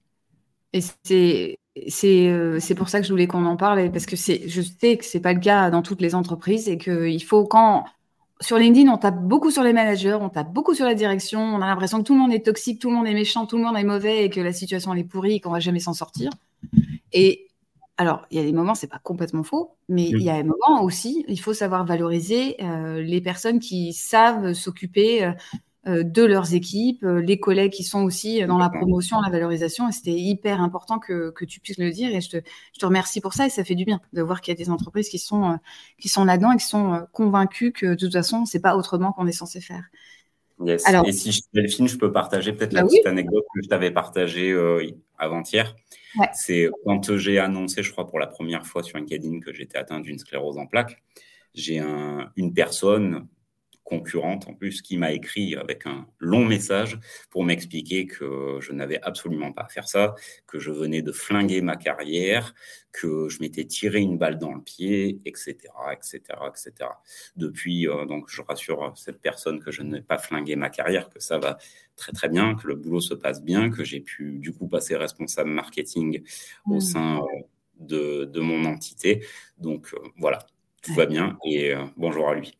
Et c'est c'est euh, c'est pour ça que je voulais qu'on en parle, parce que c'est, je sais que c'est pas le cas dans toutes les entreprises et qu'il faut, quand sur LinkedIn, on tape beaucoup sur les managers, on tape beaucoup sur la direction, on a l'impression que tout le monde est toxique, tout le monde est méchant, tout le monde est mauvais et que la situation elle est pourrie et qu'on va jamais s'en sortir. Et alors, il y a des moments, c'est pas complètement faux, mais il y a des moments aussi, il faut savoir valoriser euh, les personnes qui savent s'occuper euh, euh, de leurs équipes, euh, les collègues qui sont aussi dans la promotion, la valorisation. Et c'était hyper important que, que tu puisses le dire. Et je te, je te remercie pour ça. Et ça fait du bien de voir qu'il y a des entreprises qui sont, euh, qui sont là-dedans et qui sont euh, convaincues que de toute façon, c'est pas autrement qu'on est censé faire. Yes. Alors, Et si je Delphine, je peux partager peut-être bah la oui, petite anecdote que je t'avais partagée euh, avant-hier. ouais. C'est quand j'ai annoncé, je crois, pour la première fois sur LinkedIn que j'étais atteint d'une sclérose en plaques, j'ai un, une personne concurrente en plus qui m'a écrit avec un long message pour m'expliquer que je n'avais absolument pas à faire ça, que je venais de flinguer ma carrière, que je m'étais tiré une balle dans le pied, et cetera, et cetera, et cetera. Depuis, euh, donc, je rassure cette personne que je n'ai pas flingué ma carrière, que ça va très très bien, que le boulot se passe bien, que j'ai pu du coup passer responsable marketing au Mmh. sein euh, de, de mon entité. Donc euh, voilà, tout Ouais. va bien et euh, bonjour à lui.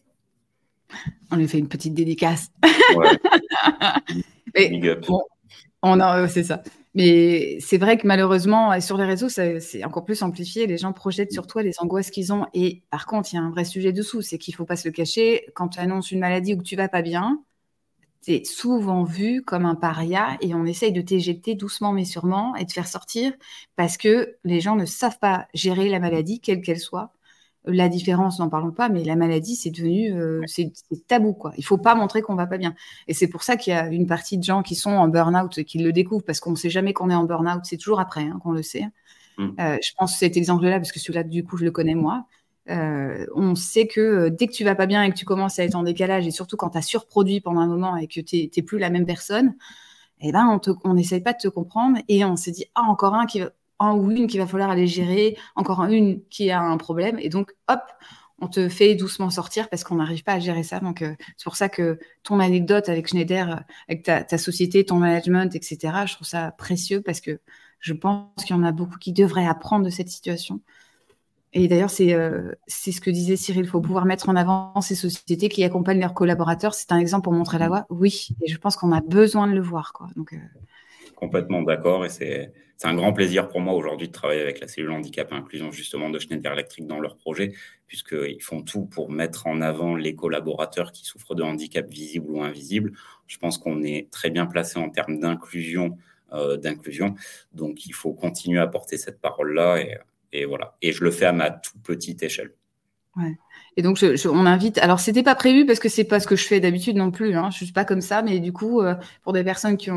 On lui fait une petite dédicace. Ouais. Mais Big up. bon, on a, euh, c'est ça. Mais c'est vrai que malheureusement, et sur les réseaux, ça- c'est encore plus amplifié. Les gens projettent sur toi les angoisses qu'ils ont. Et par contre, il y a un vrai sujet dessous, c'est qu'il ne faut pas se le cacher. Quand tu annonces une maladie ou que tu vas pas bien, tu es souvent vu comme un paria et on essaye de t'éjecter doucement mais sûrement et de faire sortir parce que les gens ne savent pas gérer la maladie, quelle qu'elle soit. La différence, n'en parlons pas, mais la maladie, c'est devenu euh, c'est, c'est tabou, quoi. Il faut pas montrer qu'on va pas bien. Et c'est pour ça qu'il y a une partie de gens qui sont en burn-out, qui le découvrent, parce qu'on ne sait jamais qu'on est en burn-out. C'est toujours après hein, qu'on le sait. Mm. Euh, je pense cet exemple-là, parce que celui-là, du coup, je le connais moi. Euh, on sait que euh, dès que tu vas pas bien et que tu commences à être en décalage, et surtout quand tu as surproduit pendant un moment et que tu n'es plus la même personne, eh ben, on n'essaye pas de te comprendre et on s'est dit, ah, encore un qui va, un ou une qu'il va falloir aller gérer, encore une qui a un problème. Et donc, hop, on te fait doucement sortir parce qu'on n'arrive pas à gérer ça. Donc, euh, c'est pour ça que ton anecdote avec Schneider, euh, avec ta, ta société, ton management, et cetera, je trouve ça précieux parce que je pense qu'il y en a beaucoup qui devraient apprendre de cette situation. Et d'ailleurs, c'est euh, c'est ce que disait Cyril, il faut pouvoir mettre en avant ces sociétés qui accompagnent leurs collaborateurs. C'est un exemple pour montrer la voie. Oui, et je pense qu'on a besoin de le voir, quoi. Donc, euh, Complètement d'accord et c'est c'est un grand plaisir pour moi aujourd'hui de travailler avec la cellule handicap et inclusion justement de Schneider Electric dans leur projet puisqu'ils font tout pour mettre en avant les collaborateurs qui souffrent de handicap visible ou invisible. Je pense qu'on est très bien placé en termes d'inclusion, euh, d'inclusion. Donc il faut continuer à porter cette parole-là et, et voilà. Et je le fais à ma toute petite échelle. ouais. Et donc, je, je- on invite. Alors, c'était pas prévu parce que c'est pas ce que je fais d'habitude non plus. Hein. Je suis pas comme ça, mais du coup, euh, pour des personnes qui ont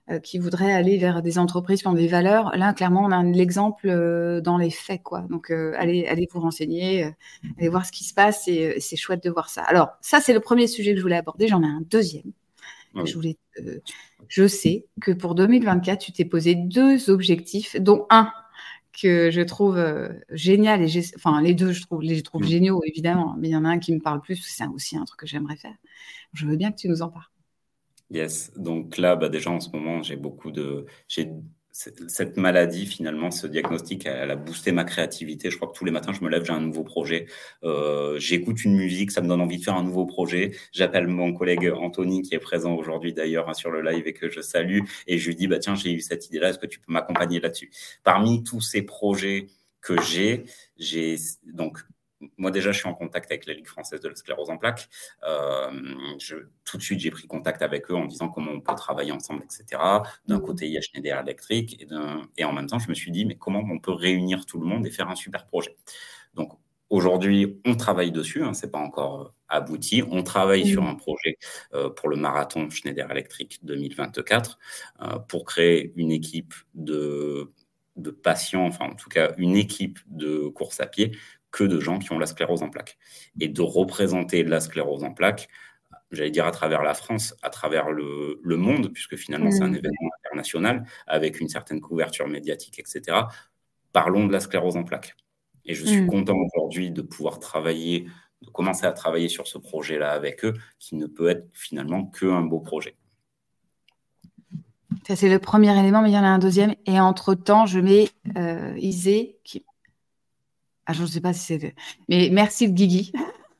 euh, qui voudraient aller vers des entreprises qui ont des valeurs. Là, clairement, on a l'exemple euh, dans les faits, quoi. Donc, euh, allez, allez vous renseigner, euh, allez voir ce qui se passe, et euh, c'est chouette de voir ça. Alors, ça, c'est le premier sujet que je voulais aborder. J'en ai un deuxième. Oui. Je voulais, euh, je sais que pour deux mille vingt-quatre, tu t'es posé deux objectifs, dont un que je trouve euh, génial, et j'ai, enfin les deux, je trouve, les je trouve Mm. géniaux évidemment, mais il y en a un qui me parle plus, parce que c'est aussi un truc que j'aimerais faire. Je veux bien que tu nous en parles. Yes. Donc là, bah déjà en ce moment, j'ai beaucoup de, j'ai cette maladie finalement, ce diagnostic, elle a boosté ma créativité. Je crois que tous les matins, je me lève, j'ai un nouveau projet. Euh, j'écoute une musique, ça me donne envie de faire un nouveau projet. J'appelle mon collègue Anthony qui est présent aujourd'hui d'ailleurs hein, sur le live et que je salue, et je lui dis bah tiens, j'ai eu cette idée-là, est-ce que tu peux m'accompagner là-dessus? Parmi tous ces projets que j'ai, j'ai donc moi, déjà, je suis en contact avec la Ligue française de la sclérose en plaques. Euh, je, tout de suite, j'ai pris contact avec eux en disant comment on peut travailler ensemble, et cetera. D'un Mmh. côté, il y a Schneider Electric. Et, et en même temps, je me suis dit, mais comment on peut réunir tout le monde et faire un super projet? Donc, aujourd'hui, on travaille dessus. Hein, ce n'est pas encore abouti. On travaille mmh. sur un projet euh, pour le marathon Schneider Electric deux mille vingt-quatre euh, pour créer une équipe de, de patients, enfin, en tout cas, une équipe de course à pied que de gens qui ont la sclérose en plaques. Et de représenter la sclérose en plaques, j'allais dire à travers la France, à travers le, le monde, puisque finalement mmh. c'est un événement international, avec une certaine couverture médiatique, et cetera. Parlons de la sclérose en plaques. Et je suis mmh. content aujourd'hui de pouvoir travailler, de commencer à travailler sur ce projet-là avec eux, qui ne peut être finalement qu'un beau projet. Ça, c'est le premier élément, mais il y en a un deuxième. Et entre-temps, je mets euh, Isée, qui... Ah, je ne sais pas si c'est... Mais merci de Guigui.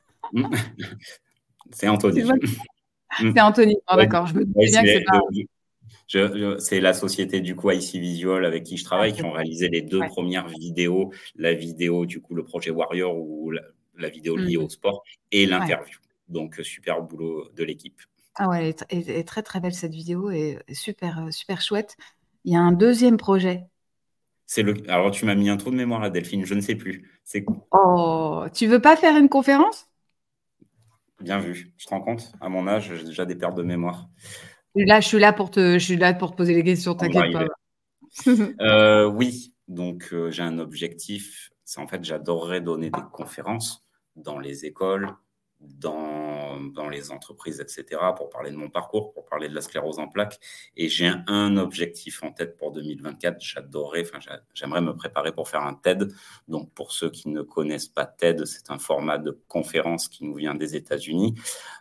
C'est Anthony. C'est Anthony. Oh, d'accord, je me disais oui, bien que c'est pas... De... Je, je, c'est la société du coup I C Visual avec qui je travaille ah, qui ont réalisé les deux ouais. premières vidéos, la vidéo du coup le projet Warrior ou la, la vidéo liée mmh. au sport et l'interview. Ouais. Donc super boulot de l'équipe. Ah ouais, elle est, elle est très très belle cette vidéo et super super chouette. Il y a un deuxième projet. C'est le. Alors tu m'as mis un trou de mémoire là, Delphine, je ne sais plus. C'est. Oh, tu veux pas faire une conférence? Bien vu. Je te rends compte, à mon âge, j'ai déjà des pertes de mémoire. Là, je suis là pour te, je suis là pour te poser les questions, t'inquiète pas. euh, oui, donc euh, j'ai un objectif. C'est en fait, j'adorerais donner des conférences dans les écoles, dans, dans les entreprises, et cetera, pour parler de mon parcours, pour parler de la sclérose en plaques. Et j'ai un, un objectif en tête pour deux mille vingt-quatre. J'adorerais, enfin, j'aimerais me préparer pour faire un TED. Donc, pour ceux qui ne connaissent pas TED, c'est un format de conférence qui nous vient des États-Unis.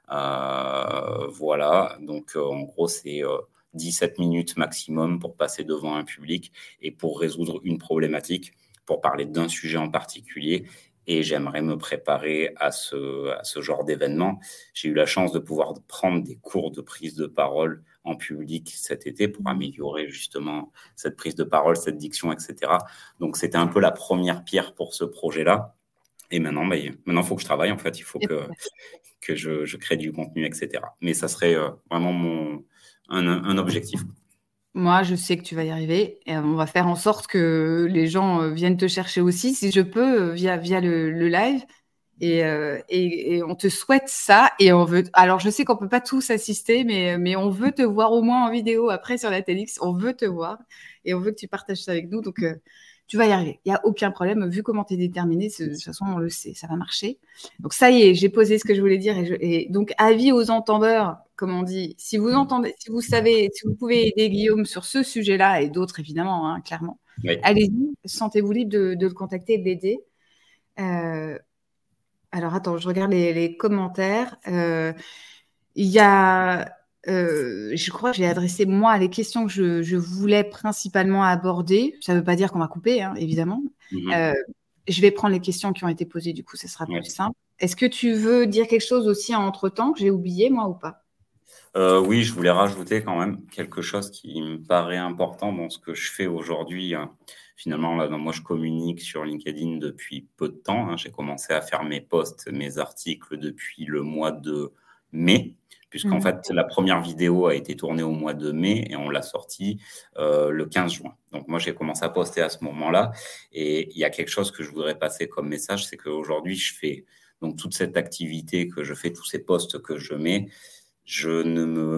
Euh, voilà. Donc, euh, en gros, c'est euh, dix-sept minutes maximum pour passer devant un public et pour résoudre une problématique, pour parler d'un sujet en particulier. Et j'aimerais me préparer à ce, à ce genre d'événement. J'ai eu la chance de pouvoir prendre des cours de prise de parole en public cet été pour améliorer justement cette prise de parole, cette diction, et cetera. Donc, c'était un peu la première pierre pour ce projet-là. Et maintenant, bah, maintenant, il faut que je travaille, en fait. Il faut que, que je, je crée du contenu, et cetera. Mais ça serait euh, vraiment mon, un, un objectif. Moi, je sais que tu vas y arriver. Et on va faire en sorte que les gens viennent te chercher aussi, si je peux, via, via le, le live. Et, euh, et, et on te souhaite ça. Et on veut. Alors, je sais qu'on peut pas tous assister, mais, mais on veut te voir au moins en vidéo après sur la T D X. On veut te voir et on veut que tu partages ça avec nous. Donc, euh, tu vas y arriver. Il n'y a aucun problème. Vu comment tu es déterminé, de toute façon, on le sait, ça va marcher. Donc, ça y est, j'ai posé ce que je voulais dire. Et, je, et donc, avis aux entendeurs, comme on dit, si vous entendez, si vous savez, si vous pouvez aider Guillaume sur ce sujet-là et d'autres, évidemment, hein, clairement, oui. Allez-y, sentez-vous libre de, de le contacter et de l'aider. Euh, alors, attends, je regarde les, les commentaires. Euh, il y a... Euh, je crois que j'ai adressé, moi, les questions que je, je voulais principalement aborder. Ça ne veut pas dire qu'on va couper, hein, évidemment. Mm-hmm. Euh, je vais prendre les questions qui ont été posées, du coup, ce sera plus ouais. simple. Est-ce que tu veux dire quelque chose aussi entre-temps que j'ai oublié, moi, ou pas? Euh, oui, je voulais rajouter quand même quelque chose qui me paraît important dans ce que je fais aujourd'hui. Hein. Finalement, là, moi, je communique sur LinkedIn depuis peu de temps. Hein. J'ai commencé à faire mes posts, mes articles depuis le mois de mai, puisqu'en mmh. fait, la première vidéo a été tournée au mois de mai et on l'a sortie euh, le quinze juin. Donc, moi, j'ai commencé à poster à ce moment-là. Et il y a quelque chose que je voudrais passer comme message, c'est qu'aujourd'hui, je fais donc toute cette activité que je fais, tous ces posts que je mets, je ne me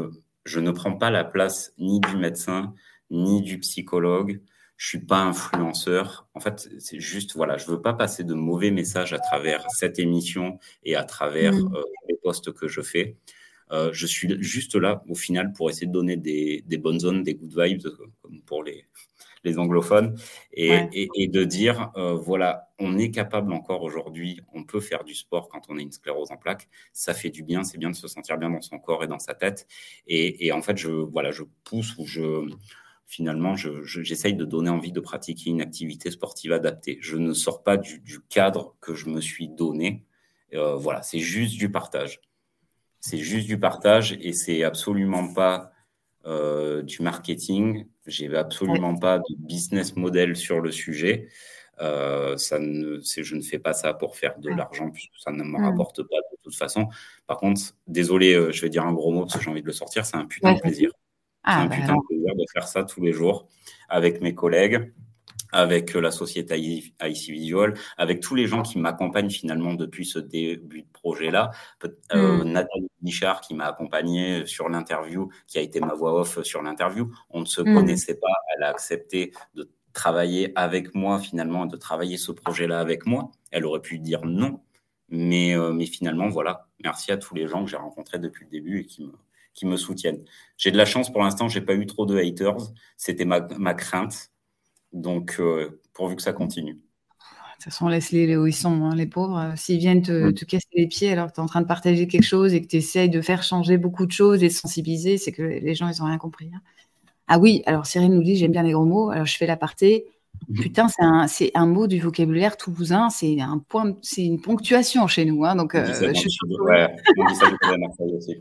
je ne prends pas la place ni du médecin, ni du psychologue. Je suis pas influenceur. En fait, c'est juste, voilà, je veux pas passer de mauvais messages à travers cette émission et à travers Mm. euh, les posts que je fais. Euh, je suis juste là, au final, pour essayer de donner des, des bonnes zones, des good vibes, comme pour les, les anglophones, et, Ouais. et, et de dire, euh, voilà, on est capable encore aujourd'hui, on peut faire du sport quand on a une sclérose en plaques, ça fait du bien, c'est bien de se sentir bien dans son corps et dans sa tête. Et, et en fait, je, voilà, je pousse ou je... Finalement, je, je, j'essaye de donner envie de pratiquer une activité sportive adaptée. Je ne sors pas du, du cadre que je me suis donné. Euh, voilà, c'est juste du partage. C'est juste du partage et c'est absolument pas euh, du marketing. J'ai Ouais. absolument pas de business model sur le sujet. Euh, ça ne, c'est, je ne fais pas ça pour faire de Ouais. l'argent puisque ça ne me Mm. rapporte pas de toute façon. Par contre, désolé, euh, je vais dire un gros mot parce que j'ai envie de le sortir. C'est un putain Ouais, de plaisir. vas-y. C'est Ah, un bah putain de alors. plaisir de faire ça tous les jours avec mes collègues, avec la société I C Visual, avec tous les gens qui m'accompagnent finalement depuis ce début de projet-là. Euh, Mm. Nathalie Guichard qui m'a accompagné sur l'interview, qui a été ma voix off sur l'interview. On ne se Mm. connaissait pas. Elle a accepté de travailler avec moi finalement, de travailler ce projet-là avec moi. Elle aurait pu dire non. Mais, euh, mais finalement, voilà. Merci à tous les gens que j'ai rencontrés depuis le début et qui me, qui me soutiennent. J'ai de la chance pour l'instant, j'ai pas eu trop de haters. C'était ma, ma crainte. Donc, euh, pourvu que ça continue. De toute façon, laisse-les là où ils sont, hein, les pauvres. Euh, S'ils viennent te, Mm. te casser les pieds alors que tu es en train de partager quelque chose et que tu essayes de faire changer beaucoup de choses et de sensibiliser, c'est que les gens, ils n'ont rien compris, hein. Ah oui, alors Cyril nous dit, j'aime bien les gros mots. Alors je fais l'aparté. Putain, c'est un, c'est un mot du vocabulaire toulousain. C'est un point, c'est une ponctuation chez nous, hein, donc, On dit ça euh, je dans le suis sûre sud. que oui. Ouais, on dit ça du côté de Marseille aussi.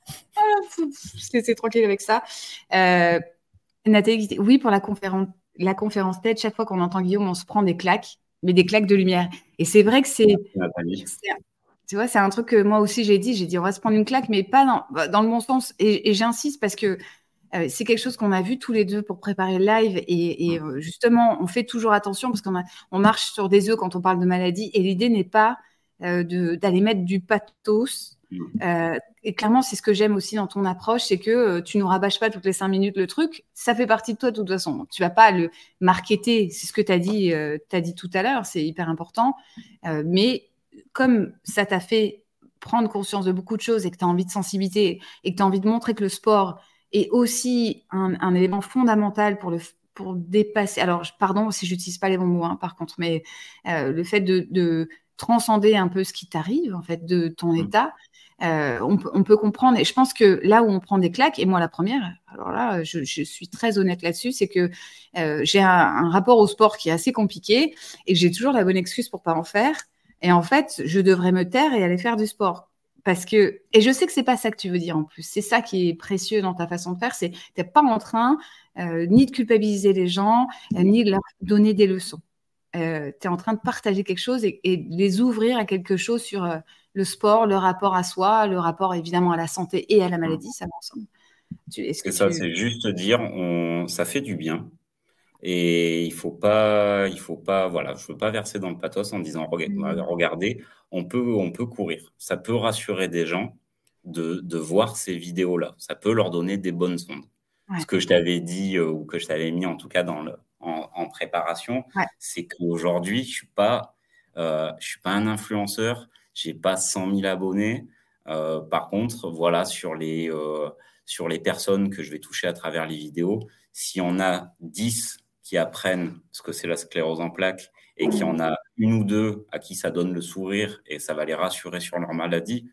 Je te laisse tranquille avec ça. Euh, Nathalie, dit, oui, pour la conférence, la conférence TED, chaque fois qu'on entend Guillaume, on se prend des claques, mais des claques de lumière. Et c'est vrai que c'est, Merci Nathalie. c'est- tu vois, c'est un truc que moi aussi j'ai dit. J'ai dit, on va se prendre une claque, mais pas dans, dans le bon sens. Et, et j'insiste parce que euh, c'est quelque chose qu'on a vu tous les deux pour préparer le live. Et, et, euh, justement, on fait toujours attention parce qu'on a, on marche sur des œufs quand on parle de maladie. Et l'idée n'est pas euh, de, d'aller mettre du pathos. Euh, et clairement, c'est ce que j'aime aussi dans ton approche, c'est que euh, tu nous rabâches pas toutes les cinq minutes le truc. Ça fait partie de toi de toute façon. Tu vas pas le marketer. C'est ce que tu as dit, euh, t'as dit tout à l'heure. C'est hyper important. Euh, mais comme ça t'a fait prendre conscience de beaucoup de choses et que tu as envie de sensibilité et que tu as envie de montrer que le sport est aussi un, un élément fondamental pour le pour dépasser. Alors, pardon si j'utilise pas les bons mots, hein, par contre, mais euh, le fait de, de transcender un peu ce qui t'arrive, en fait, de ton Mm. état, euh, on, peut, on peut comprendre. Et je pense que là où on prend des claques, et moi la première, alors là, je, je suis très honnête là-dessus, c'est que euh, j'ai un, un rapport au sport qui est assez compliqué et que j'ai toujours la bonne excuse pour pas en faire. Et en fait, je devrais me taire et aller faire du sport. Parce que, et je sais que c'est pas ça que tu veux dire en plus. C'est ça qui est précieux dans ta façon de faire. C'est t'es pas en train euh, ni de culpabiliser les gens, euh, ni de leur donner des leçons. Euh, tu es en train de partager quelque chose et, et de les ouvrir à quelque chose sur euh, le sport, le rapport à soi, le rapport évidemment à la santé et à la maladie, ça va ensemble. Tu, est-ce que C'est ça, tu... c'est juste dire, on, ça fait du bien. Et il faut pas, il faut pas, voilà, je veux pas verser dans le pathos en disant, Mm. regardez, on peut, on peut courir. Ça peut rassurer des gens de, de voir ces vidéos-là. Ça peut leur donner des bonnes ondes. Ce Ouais, que je t'avais dit euh, ou que je t'avais mis en tout cas dans le, en, en préparation, ouais. c'est qu'aujourd'hui, je suis pas, euh, je suis pas un influenceur. J'ai pas cent mille abonnés. Euh, par contre, voilà, sur les, euh, sur les personnes que je vais toucher à travers les vidéos, si on a dix qui apprennent ce que c'est la sclérose en plaques et qu'il y Mm. en a une ou deux à qui ça donne le sourire et ça va les rassurer sur leur maladie,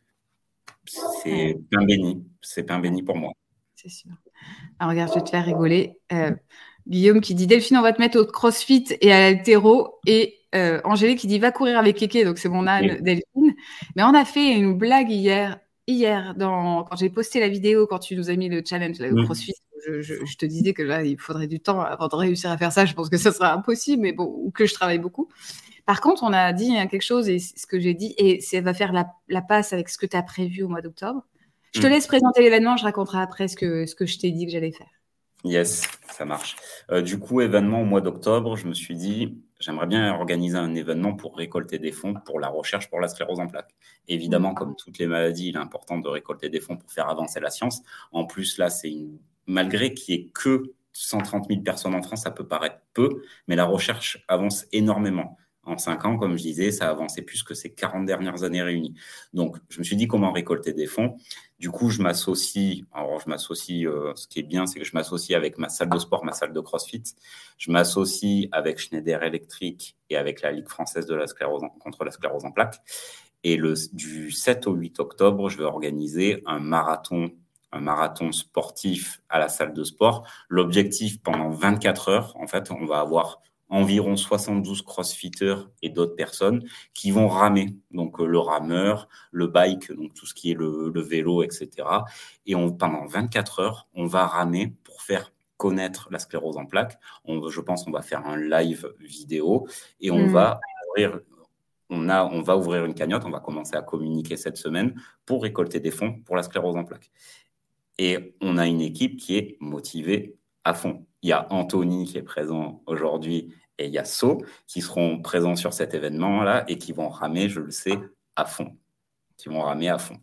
Ouais, c'est pain béni. C'est pain ouais, béni pour moi. c'est sûr. Alors, regarde, je vais te faire rigoler. Euh, Guillaume qui dit Delphine, on va te mettre au crossfit et à l'haltéro. Et euh, Angélique qui dit va courir avec Kéké, donc c'est mon âne Et, Delphine. Mais on a fait une blague hier, hier dans, quand j'ai posté la vidéo, quand tu nous as mis le challenge là, au mm, crossfit. Je, je, je te disais que là, il faudrait du temps avant de réussir à faire ça. Je pense que ça sera impossible, mais bon, ou que je travaille beaucoup. Par contre, on a dit hein, quelque chose, et c'est ce que j'ai dit, et ça va faire la, la passe avec ce que tu as prévu au mois d'octobre. Je te mm. laisse présenter l'événement, je raconterai après ce que, ce que je t'ai dit que j'allais faire. Yes, ça marche. Euh, du coup, événement au mois d'octobre, je me suis dit, j'aimerais bien organiser un événement pour récolter des fonds pour la recherche pour la sclérose en plaques. Évidemment, comme toutes les maladies, il est important de récolter des fonds pour faire avancer la science. En plus, là, c'est une... malgré qu'il n'y ait que cent trente mille personnes en France, ça peut paraître peu, mais la recherche avance énormément. En cinq ans, comme je disais, ça a avancé plus que ces quarante dernières années réunies. Donc, je me suis dit comment récolter des fonds. Du coup, je m'associe. Alors, je m'associe. Euh, ce qui est bien, c'est que je m'associe avec ma salle de sport, ma salle de CrossFit. Je m'associe avec Schneider Electric et avec la Ligue française de la sclérose en, contre la sclérose en plaques. Et le, du sept au huit octobre, je vais organiser un marathon, un marathon sportif à la salle de sport. L'objectif, pendant vingt-quatre heures, en fait, on va avoir environ soixante-douze crossfitters et d'autres personnes qui vont ramer. Donc, euh, le rameur, le bike, donc tout ce qui est le, le vélo, et cetera. Et on, pendant vingt-quatre heures, on va ramer pour faire connaître la sclérose en plaques. On, je pense qu'on va faire un live vidéo et on mmh. va ouvrir, on, a, on va ouvrir une cagnotte. On va commencer à communiquer cette semaine pour récolter des fonds pour la sclérose en plaques. Et on a une équipe qui est motivée à fond. Il y a Anthony qui est présent aujourd'hui et il y a So qui seront présents sur cet événement-là et qui vont ramer, je le sais, à fond. Qui vont ramer à fond.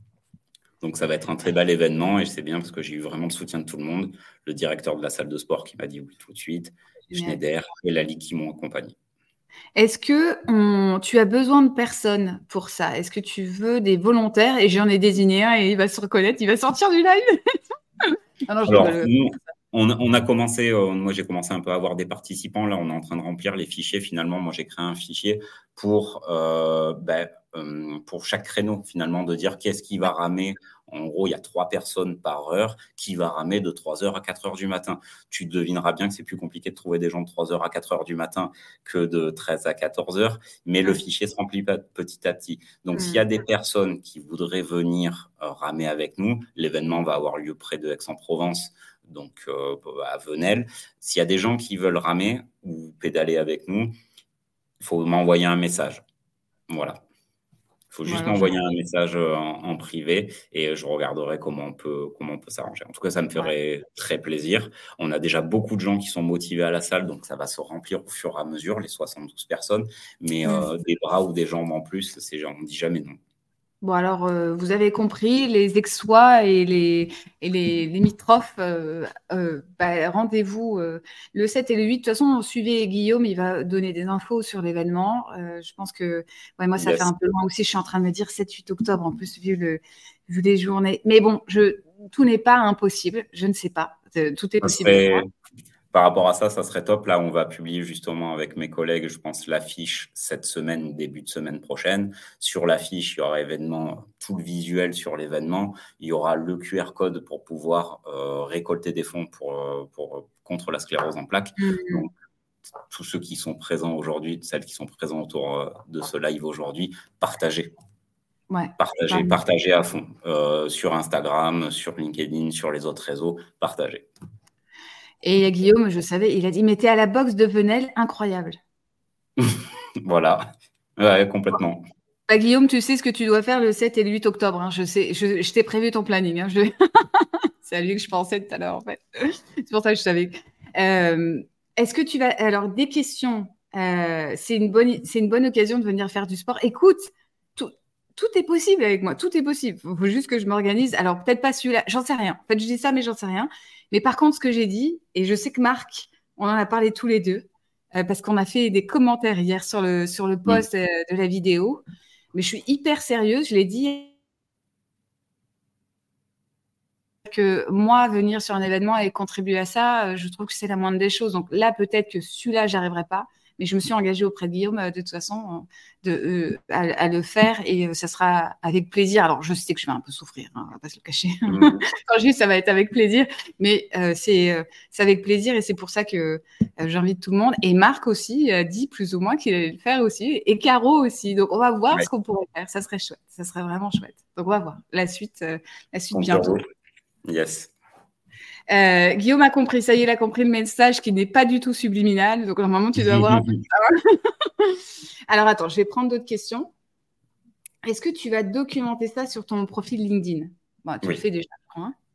Donc, ça va être un très bel événement et je sais bien parce que j'ai eu vraiment le soutien de tout le monde. Le directeur de la salle de sport qui m'a dit oui tout de suite, Schneider et la Ligue qui m'ont accompagné. Est-ce que on, tu as besoin de personnes pour ça? Est-ce que tu veux des volontaires? Et j'en ai désigné un et il va se reconnaître, il va sortir du live. Ah non, je Alors, nous, on, on a commencé, euh, moi j'ai commencé un peu à avoir des participants. Là, on est en train de remplir les fichiers. Finalement, moi j'ai créé un fichier pour, euh, ben, euh, pour chaque créneau, finalement, de dire qu'est-ce qui va ramer. En gros, il y a trois personnes par heure qui va ramer de trois heures à quatre heures du matin. Tu devineras bien que c'est plus compliqué de trouver des gens de trois heures à quatre heures du matin que de treize à quatorze heures, mais le fichier se remplit petit à petit. Donc, mmh. s'il y a des personnes qui voudraient venir euh, ramer avec nous, l'événement va avoir lieu près de Aix-en-Provence, donc euh, à Venelle. S'il y a des gens qui veulent ramer ou pédaler avec nous, il faut m'envoyer un message. Voilà. Il faut juste voilà, m'envoyer je... un message en, en privé et je regarderai comment on peut, comment on peut s'arranger. En tout cas, ça me ferait ouais. très plaisir. On a déjà beaucoup de gens qui sont motivés à la salle, donc ça va se remplir au fur et à mesure, les soixante-douze personnes. Mais mmh. euh, des bras ou des jambes en plus, c'est, on ne dit jamais non. Bon, alors, euh, vous avez compris, les Aixois et les, et les limitrophes, euh, euh, bah, rendez-vous euh, le sept et le huit. De toute façon, suivez Guillaume, il va donner des infos sur l'événement. Euh, je pense que, ouais, moi, ça yes. fait un peu loin aussi. Je suis en train de me dire sept huit octobre, en plus, vu, le, vu les journées. Mais bon, je, tout n'est pas impossible. Je ne sais pas. Tout est possible. Serait... Par rapport à ça, ça serait top. Là, on va publier justement avec mes collègues, je pense, l'affiche cette semaine, début de semaine prochaine. Sur l'affiche, il y aura événement, tout le visuel sur l'événement. Il y aura le Q R code pour pouvoir euh, récolter des fonds pour, pour, contre la sclérose en plaques. Mmh. Donc, tous ceux qui sont présents aujourd'hui, celles qui sont présentes autour de ce live aujourd'hui, partagez. Ouais, partagez, partagez à fond. Euh, sur Instagram, sur LinkedIn, sur les autres réseaux, partagez. Et il y a Guillaume, je savais, il a dit, mais t'es à la boxe de Venelle, incroyable. Voilà, ouais, complètement. Bah, Guillaume, tu sais ce que tu dois faire le sept et le huit octobre. Hein. Je sais, je, je t'ai prévu ton planning. Hein. Je... C'est à lui que je pensais tout à l'heure, en fait. C'est pour ça que je savais. Euh, est-ce que tu vas... Alors, des questions. Euh, c'est une bonne, c'est une bonne occasion de venir faire du sport. Écoute, tout, tout est possible avec moi. Tout est possible. Il faut juste que je m'organise. Alors, peut-être pas celui-là. J'en sais rien. En fait, je dis ça, mais j'en sais rien. Mais par contre, ce que j'ai dit, et je sais que Marc, on en a parlé tous les deux, euh, parce qu'on a fait des commentaires hier sur le, sur le post euh, de la vidéo. Mais je suis hyper sérieuse. Je l'ai dit que moi, venir sur un événement et contribuer à ça, je trouve que c'est la moindre des choses. Donc là, peut-être que celui-là, j'arriverai pas. Mais je me suis engagée auprès de Guillaume, de toute façon, de, euh, à, à le faire et euh, ça sera avec plaisir. Alors, je sais que je vais un peu souffrir, hein, on va pas se le cacher. Mmh. Quand je dis ça va être avec plaisir, mais euh, c'est, euh, c'est avec plaisir et c'est pour ça que euh, j'invite tout le monde. Et Marc aussi a dit plus ou moins qu'il allait le faire aussi et Caro aussi. Donc, on va voir ouais. ce qu'on pourrait faire. Ça serait chouette. Ça serait vraiment chouette. Donc, on va voir la suite, euh, la suite bientôt. Yes. Euh, Guillaume a compris, ça y est, il a compris le message qui n'est pas du tout subliminal. Donc, normalement, tu dois avoir un peu de ça. Alors, attends, je vais prendre d'autres questions. Est-ce que tu vas documenter ça sur ton profil LinkedIn ? Bon, tu oui. le fais déjà, je crois. Hein.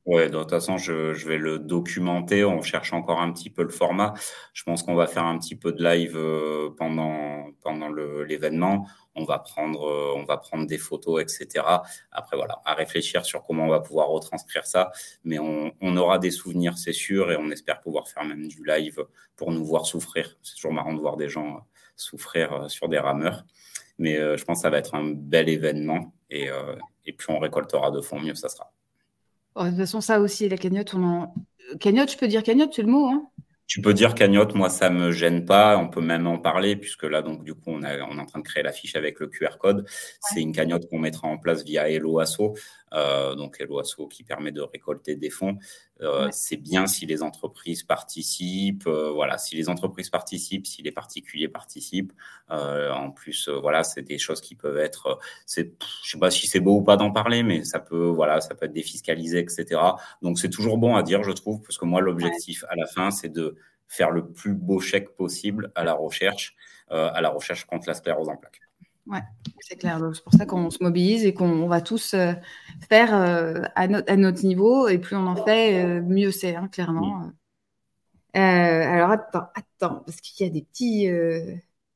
Ouais, de toute façon, je, je vais le documenter. On cherche encore un petit peu le format. Je pense qu'on va faire un petit peu de live euh, pendant pendant le l'événement. On va prendre euh, on va prendre des photos, et cetera. Après, voilà, à réfléchir sur comment on va pouvoir retranscrire ça. Mais on, on aura des souvenirs, c'est sûr, et on espère pouvoir faire même du live pour nous voir souffrir. C'est toujours marrant de voir des gens euh, souffrir euh, sur des rameurs. Mais euh, je pense que ça va être un bel événement. Et, euh, et plus on récoltera de fonds, mieux ça sera. Oh, de toute façon, ça aussi, la cagnotte, on en... Cagnotte, je peux dire cagnotte, c'est le mot, hein? Tu peux dire cagnotte, moi ça me gêne pas, on peut même en parler puisque là donc du coup on, a, on est en train de créer la fiche avec le Q R code. C'est une cagnotte qu'on mettra en place via Hello Asso, euh, donc Hello Asso qui permet de récolter des fonds. Euh, Ouais. c'est bien si les entreprises participent, euh, voilà, si les entreprises participent, si les particuliers participent. Euh, en plus, euh, voilà, c'est des choses qui peuvent être, c'est, je sais pas si c'est beau ou pas d'en parler, mais ça peut, voilà, ça peut être défiscalisé, et cetera. Donc c'est toujours bon à dire, je trouve, parce que moi Ouais. l'objectif à la fin, c'est de faire le plus beau chèque possible à la recherche, euh, à la recherche contre la sclérose en plaques. Ouais, c'est clair. Donc, c'est pour ça qu'on se mobilise et qu'on va tous euh, faire euh, à, no- à notre niveau. Et plus on en fait, euh, mieux c'est, hein, Mm. clairement. Euh, alors, attends, attends, parce qu'il y a des petits. euh,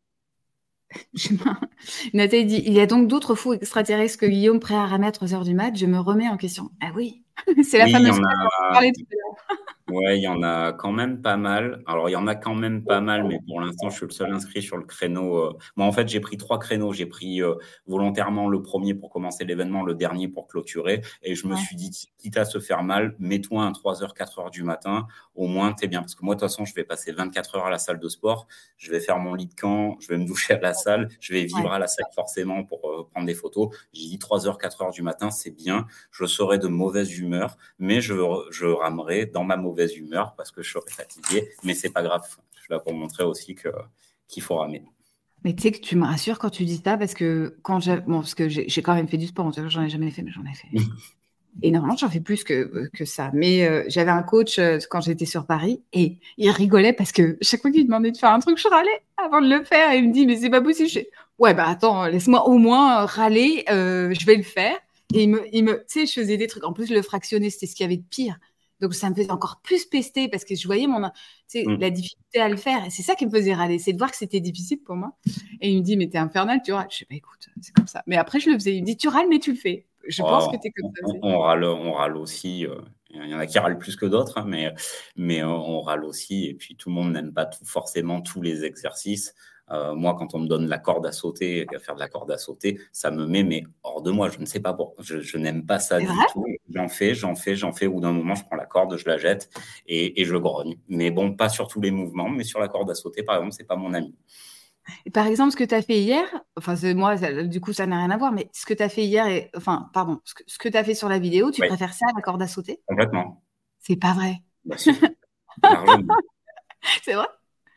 je sais pas. Nathalie dit, il y a donc d'autres fous extraterrestres que Guillaume prêt à remettre aux heures du mat. Je me remets en question. Ah oui, c'est la Oui, il y fameuse en phrase dont on a. parlait tout à l'heure. Ouais, il y en a quand même pas mal. Alors, il y en a quand même pas mal, mais pour l'instant, je suis le seul inscrit sur le créneau. euh. Moi, en fait, j'ai pris trois créneaux. J'ai pris euh, volontairement le premier pour commencer l'événement, le dernier pour clôturer. Et je me Ouais, suis dit, quitte à se faire mal, mets-toi à trois heures, quatre heures du matin. Au moins, t'es bien. Parce que moi, de toute façon, je vais passer vingt-quatre heures à la salle de sport. Je vais faire mon lit de camp. Je vais me doucher à la salle. Je vais ouais. vivre à la salle forcément pour euh, prendre des photos. J'ai dit trois heures, quatre heures du matin, c'est bien. Je serai de mauvaise humeur, mais je, je ramerai dans ma mauvaise humeur parce que je serai fatigué, mais c'est pas grave. Je suis là pour montrer aussi que qu'il faut ramer. Mais tu sais que tu me rassures quand tu dis ça, parce que quand j'ai, bon, parce que j'ai j'ai quand même fait du sport, j'en ai jamais fait, mais j'en ai fait. Et normalement, j'en fais plus que, que ça. Mais euh, j'avais un coach euh, quand j'étais sur Paris et il rigolait parce que chaque fois qu'il me demandait de faire un truc, je râlais avant de le faire. Et il me dit, mais c'est pas possible. Je fais, ouais, bah attends, laisse-moi au moins euh, râler, euh, je vais le faire. Et il me, il me, tu sais, je faisais des trucs. En plus, le fractionner, c'était ce qu'il y avait de pire. Donc, ça me faisait encore plus pester parce que je voyais mon, tu sais, la difficulté à le faire. Et c'est ça qui me faisait râler, c'est de voir que c'était difficile pour moi. Et il me dit, mais t'es infernal, tu râles. Je sais, bah écoute, c'est comme ça. Mais après, je le faisais. Il me dit, tu râles, mais tu le fais. Je pense que Oh, t'es comme on, ça on- aussi. on râle, on râle aussi. euh, Il y en a qui râlent plus que d'autres, hein, mais, mais euh, on râle aussi. Et puis tout le monde n'aime pas tout, forcément tous les exercices. Euh, moi, quand on me donne la corde à sauter, à faire de la corde à sauter, ça me met mais hors de moi. Je ne sais pas pourquoi. Je, je n'aime pas ça C'est du vrai? tout. J'en fais, j'en fais, j'en fais. Au bout d'un moment, je prends la corde, je la jette et, et je grogne. Mais bon, pas sur tous les mouvements, mais sur la corde à sauter, par exemple, c'est pas mon ami. Et par exemple, ce que tu as fait hier, enfin, c'est- moi, ça- du coup, ça n'a rien à voir, mais ce que tu as fait hier, et, enfin, pardon, ce que, ce que tu as fait sur la vidéo, tu Oui, préfères ça à la corde à sauter? complètement. C'est pas vrai. Bah si, largement. C'est vrai?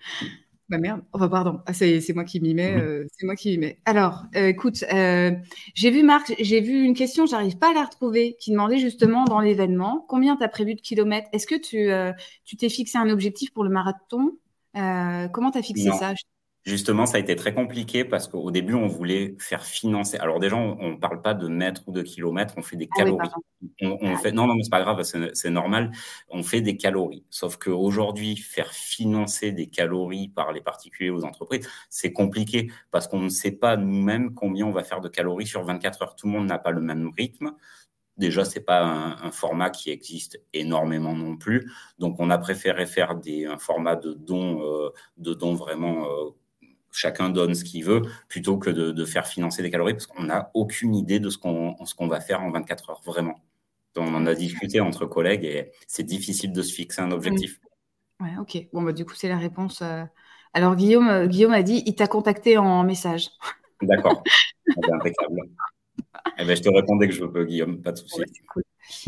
Bah merde. Enfin, pardon. Ah, c'est c'est moi qui m'y mets. euh, c'est moi qui m'y mets. Alors, euh, écoute, euh, j'ai vu Marc, j'ai vu une question, j'arrive pas à la retrouver, qui demandait justement dans l'événement combien tu as prévu de kilomètres? Est-ce que tu euh, tu t'es fixé un objectif pour le marathon? Euh, comment tu as fixé Non. ça? Justement, ça a été très compliqué parce qu'au début, on voulait faire financer. Alors déjà, on ne parle pas de mètres ou de kilomètres, on fait des Ah oui, calories. pardon. On, on Ah, fait non, non, mais c'est pas grave, c'est c'est normal. On fait des calories. Sauf qu'aujourd'hui, faire financer des calories par les particuliers aux entreprises, c'est compliqué parce qu'on ne sait pas nous-mêmes combien on va faire de calories sur vingt-quatre heures. Tout le monde n'a pas le même rythme. Déjà, c'est pas un, un format qui existe énormément non plus. Donc, on a préféré faire des, un format de dons, euh, de dons vraiment euh, chacun donne ce qu'il veut, plutôt que de, de faire financer des calories, parce qu'on n'a aucune idée de ce qu'on ce qu'on va faire en vingt-quatre heures, vraiment. Donc, on en a discuté entre collègues et c'est difficile de se fixer un mm. objectif. Ouais, ok. Bon, bah, du coup, c'est la réponse. euh. Alors, Guillaume, euh, Guillaume a dit, il t'a contacté en message. D'accord. Ah ben, impeccable. Eh ben, je te réponds dès que je veux, Guillaume, pas de Bon, bah, souci. c'est cool.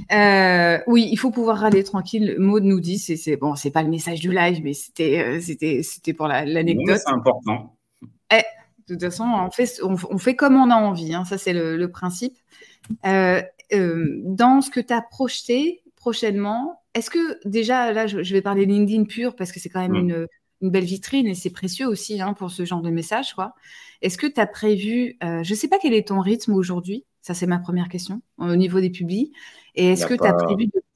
Euh, oui, il faut pouvoir râler tranquille. Maud nous dit, c'est c'est- bon, c'est pas le message du live, mais c'était euh, c'était c'était pour la- Non, mais l'anecdote. c'est important. Eh, de toute façon, on fait on, on fait comme on a envie, hein, ça c'est le, le principe. Euh, euh, dans ce que tu as projeté prochainement, est-ce que déjà, là, je, je vais parler LinkedIn pur parce que c'est quand même Mm. une, une belle vitrine et c'est précieux aussi, hein, pour ce genre de message, quoi. Est-ce que tu as prévu, euh, je ne sais pas quel est ton rythme aujourd'hui, ça c'est ma première question, au niveau des publis, et Il y est-ce a que tu as pas. prévu de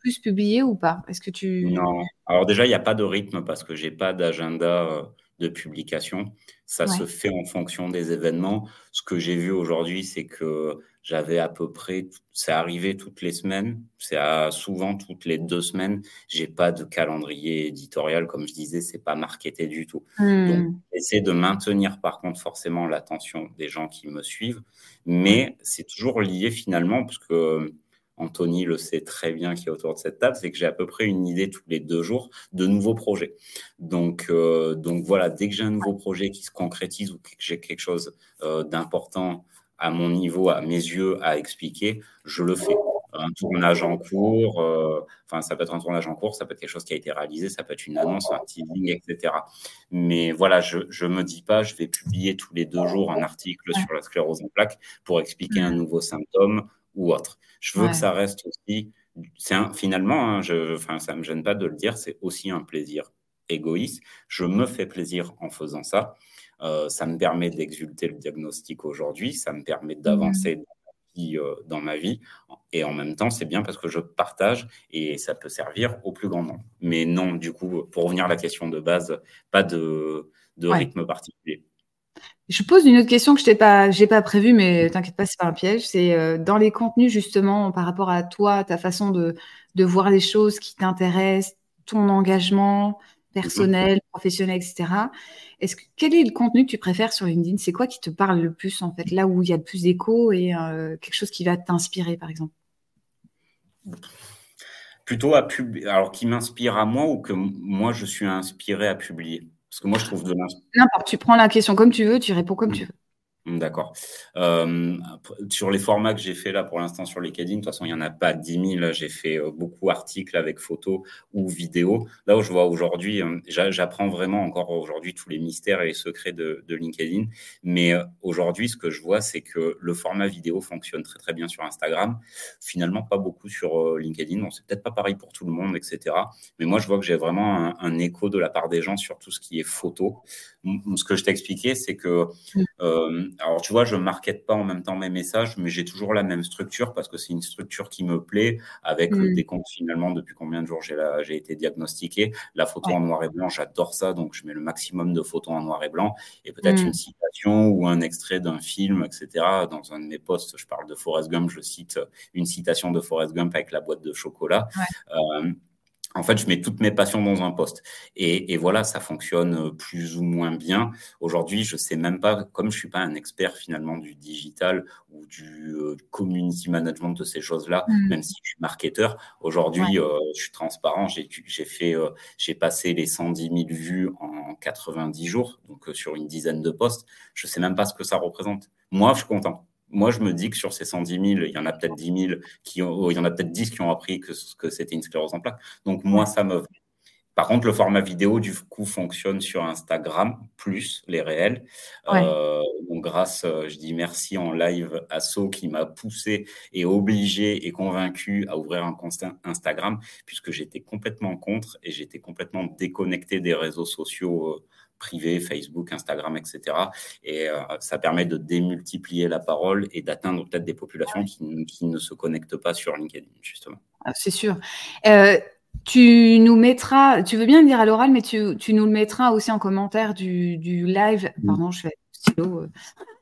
plus publier ou pas? Est-ce que tu… Non. Alors déjà, il n'y a pas de rythme parce que j'ai pas d'agenda euh, de publication. Ça se Ouais. fait en fonction des événements. Ce que j'ai vu aujourd'hui, c'est que j'avais à peu près, c'est arrivé toutes les semaines, c'est à- souvent toutes les deux semaines. J'ai pas de calendrier éditorial, comme je disais, c'est pas marketé du tout. Donc, Hmm. j'essaie de maintenir par contre forcément l'attention des gens qui me suivent, Ouais. mais c'est toujours lié finalement parce que Anthony le sait très bien qui est autour de cette table, c'est que j'ai à peu près une idée tous les deux jours de nouveaux projets. Donc, euh, donc voilà, dès que j'ai un nouveau projet qui se concrétise ou que j'ai quelque chose euh, d'important à mon niveau, à mes yeux, à expliquer, je le fais. Un tournage en cours, euh, enfin ça peut être un tournage en cours, ça peut être quelque chose qui a été réalisé, ça peut être une annonce, un teasing, et cetera. Mais voilà, je je me dis pas, je vais publier tous les deux jours un article Ouais. sur la sclérose en plaques pour expliquer un Hmm. nouveau symptôme ou autre. Je veux que Ouais. ça reste aussi, c'est un, finalement, hein, je, enfin, ça me gêne pas de le dire, c'est aussi un plaisir égoïste. Je me fais plaisir en faisant ça. Euh, ça me permet d'exulter le diagnostic aujourd'hui, ça me permet Hmm. d'avancer dans ma vie, euh, dans ma vie. Et en même temps, c'est bien parce que je partage et ça peut servir au plus grand nombre. Mais non, du coup, pour revenir à la question de base, pas de, de Ouais. rythme particulier. Je pose une autre question que je t'ai pas, j'ai pas prévue, mais t'inquiète pas, c'est pas un piège. C'est euh, dans les contenus justement par rapport à toi, ta façon de, de voir les choses qui t'intéressent, ton engagement Mhm. personnel, professionnel, et cetera. Est-ce que quel est le contenu que tu préfères sur LinkedIn? C'est quoi qui te parle le plus en fait, là où il y a le plus d'écho et euh, quelque chose qui va t'inspirer par exemple? Plutôt à publier, alors qui m'inspire à moi ou que m- moi je suis inspiré à publier. Parce que moi je trouve de l'inspiration. N'importe, tu prends la question comme tu veux, tu réponds comme tu veux. D'accord. Euh, sur les formats que j'ai fait là pour l'instant sur LinkedIn, de toute façon, il n'y en a pas dix mille. J'ai fait euh, beaucoup d'articles avec photos ou vidéos. Là où je vois aujourd'hui, euh, j'a- j'apprends vraiment encore aujourd'hui tous les mystères et les secrets de, de LinkedIn. Mais euh, aujourd'hui, ce que je vois, c'est que le format vidéo fonctionne très très bien sur Instagram. Finalement, pas beaucoup sur euh, LinkedIn. Bon, c'est peut-être pas pareil pour tout le monde, et cetera. Mais moi, je vois que j'ai vraiment un, un écho de la part des gens sur tout ce qui est photo. M- Ce que je t'expliquais, c'est que Mm. euh, alors, tu vois, je ne markete pas en même temps mes messages, mais j'ai toujours la même structure parce que c'est une structure qui me plaît avec le Mm. décompte finalement depuis combien de jours j'ai la- j'ai été diagnostiqué. La photo Ouais. en noir et blanc, j'adore ça, donc je mets le maximum de photos en noir et blanc et peut-être une Mm. citation ou un extrait d'un film, et cetera. Dans un de mes posts, je parle de Forrest Gump, je cite une citation de Forrest Gump avec la boîte de chocolat. Ouais. Euh, En fait, je mets toutes mes passions dans un poste. Et, et voilà, ça fonctionne plus ou moins bien. Aujourd'hui, je sais même pas, comme je suis pas un expert finalement du digital ou du euh, community management de ces choses-là, Mm. même si je suis marketeur, Ouais. aujourd'hui, euh, je suis transparent. J'ai, j'ai fait, euh, j'ai passé les cent dix mille vues en quatre-vingt-dix jours, donc euh, sur une dizaine de postes. Je sais même pas ce que ça représente. Moi, je suis content. Moi, je me dis que sur ces cent dix mille, il y en a peut-être dix mille qui ont, il y en a peut-être dix qui ont appris que, que c'était une sclérose en plaques. Donc, moi, Ouais. ça me… Par contre, le format vidéo, du coup, fonctionne sur Instagram, plus les réels. Ouais. Euh, donc, grâce, euh, je dis merci en live à So qui m'a poussé et obligé et convaincu à ouvrir un compte Instagram, puisque j'étais complètement contre et j'étais complètement déconnecté des réseaux sociaux euh, privés, Facebook, Instagram, et cetera. Et euh, ça permet de démultiplier la parole et d'atteindre peut-être des populations qui, qui ne se connectent pas sur LinkedIn, justement. Ah, c'est sûr. Euh, tu nous mettras, tu veux bien le dire à l'oral, mais tu, tu nous le mettras aussi en commentaire du, du live. Pardon, je fais stylo. euh,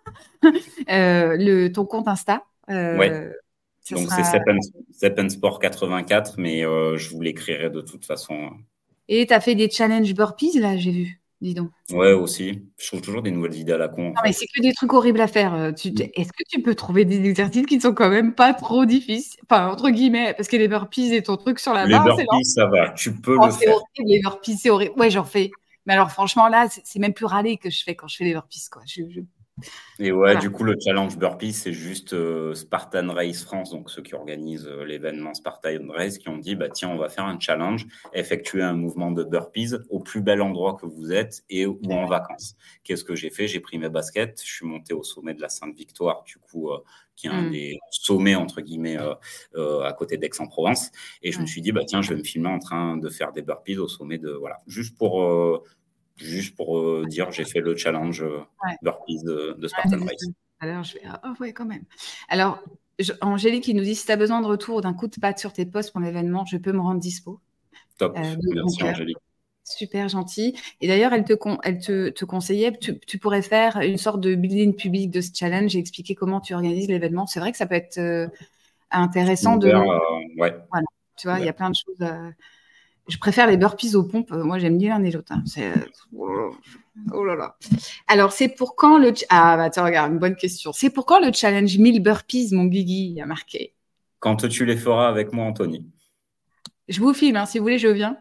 euh, le, ton compte Insta. Ouais. Euh, ça Donc, c'est sera… Seppen Sport quatre-vingt-quatre, mais euh, je vous l'écrirai de toute façon. Et tu as fait des challenges burpees, là, j'ai vu. Dis donc. Ouais, aussi. Je trouve toujours des nouvelles idées à la con, en Non, mais c'est fait. que des trucs horribles à faire. Euh, tu te- Est-ce que tu peux trouver des exercices qui sont quand même pas trop difficiles? Enfin, entre guillemets, parce que les burpees et ton truc sur la Les barre, c'est… burpees, ça va. Tu peux Oh, le c'est faire. horrible, les burpees, c'est horrible. Ouais, j'en fais. Mais alors, franchement, là, c'est c'est même plus râler que je fais quand je fais les burpees, quoi. Je, je- Et ouais, Voilà. du coup, le challenge burpee, c'est juste euh, Spartan Race France, donc ceux qui organisent euh, l'événement Spartan Race, qui ont dit, bah tiens, on va faire un challenge, effectuer un mouvement de burpees au plus bel endroit que vous êtes et ou en vacances. Qu'est-ce que j'ai fait? J'ai pris mes baskets, je suis monté au sommet de la Sainte-Victoire, du coup, euh, qui est un Mm. des sommets, entre guillemets, euh, euh, à côté d'Aix-en-Provence. Et je me Ouais. suis dit, bah tiens, je vais me filmer en train de faire des burpees au sommet de, voilà, juste pour… euh, juste pour euh, dire j'ai fait le challenge euh, Ouais. burpees de, de Ouais, j'ai Spartan vu ça Race. tout à l'heure, je fais, ah ouais, quand même. Alors, Je- Angélique qui nous dit si tu as besoin de retour ou d'un coup de patte sur tes posts pour l'événement, je peux me rendre dispo. Top. Euh, de bon Merci, cœur. Angélique. Super gentil. Et d'ailleurs, elle te, con- elle te, te conseillait, tu, tu pourrais faire une sorte de building public de ce challenge et expliquer comment tu organises l'événement. C'est vrai que ça peut être euh, intéressant de. Super, euh, ouais. Voilà. Tu vois, il y Ouais. a plein de choses. euh, Je préfère les burpees aux pompes. Moi, j'aime ni l'un ni l'autre, hein. C'est... Oh là là. Alors, c'est pour quand le... ch- Ah, bah, tiens, regarde, une bonne question. C'est pour quand le challenge mille burpees, mon Guigui, il a marqué. Quand tu les feras avec moi, Anthony. Je vous filme, hein, si vous voulez, je viens.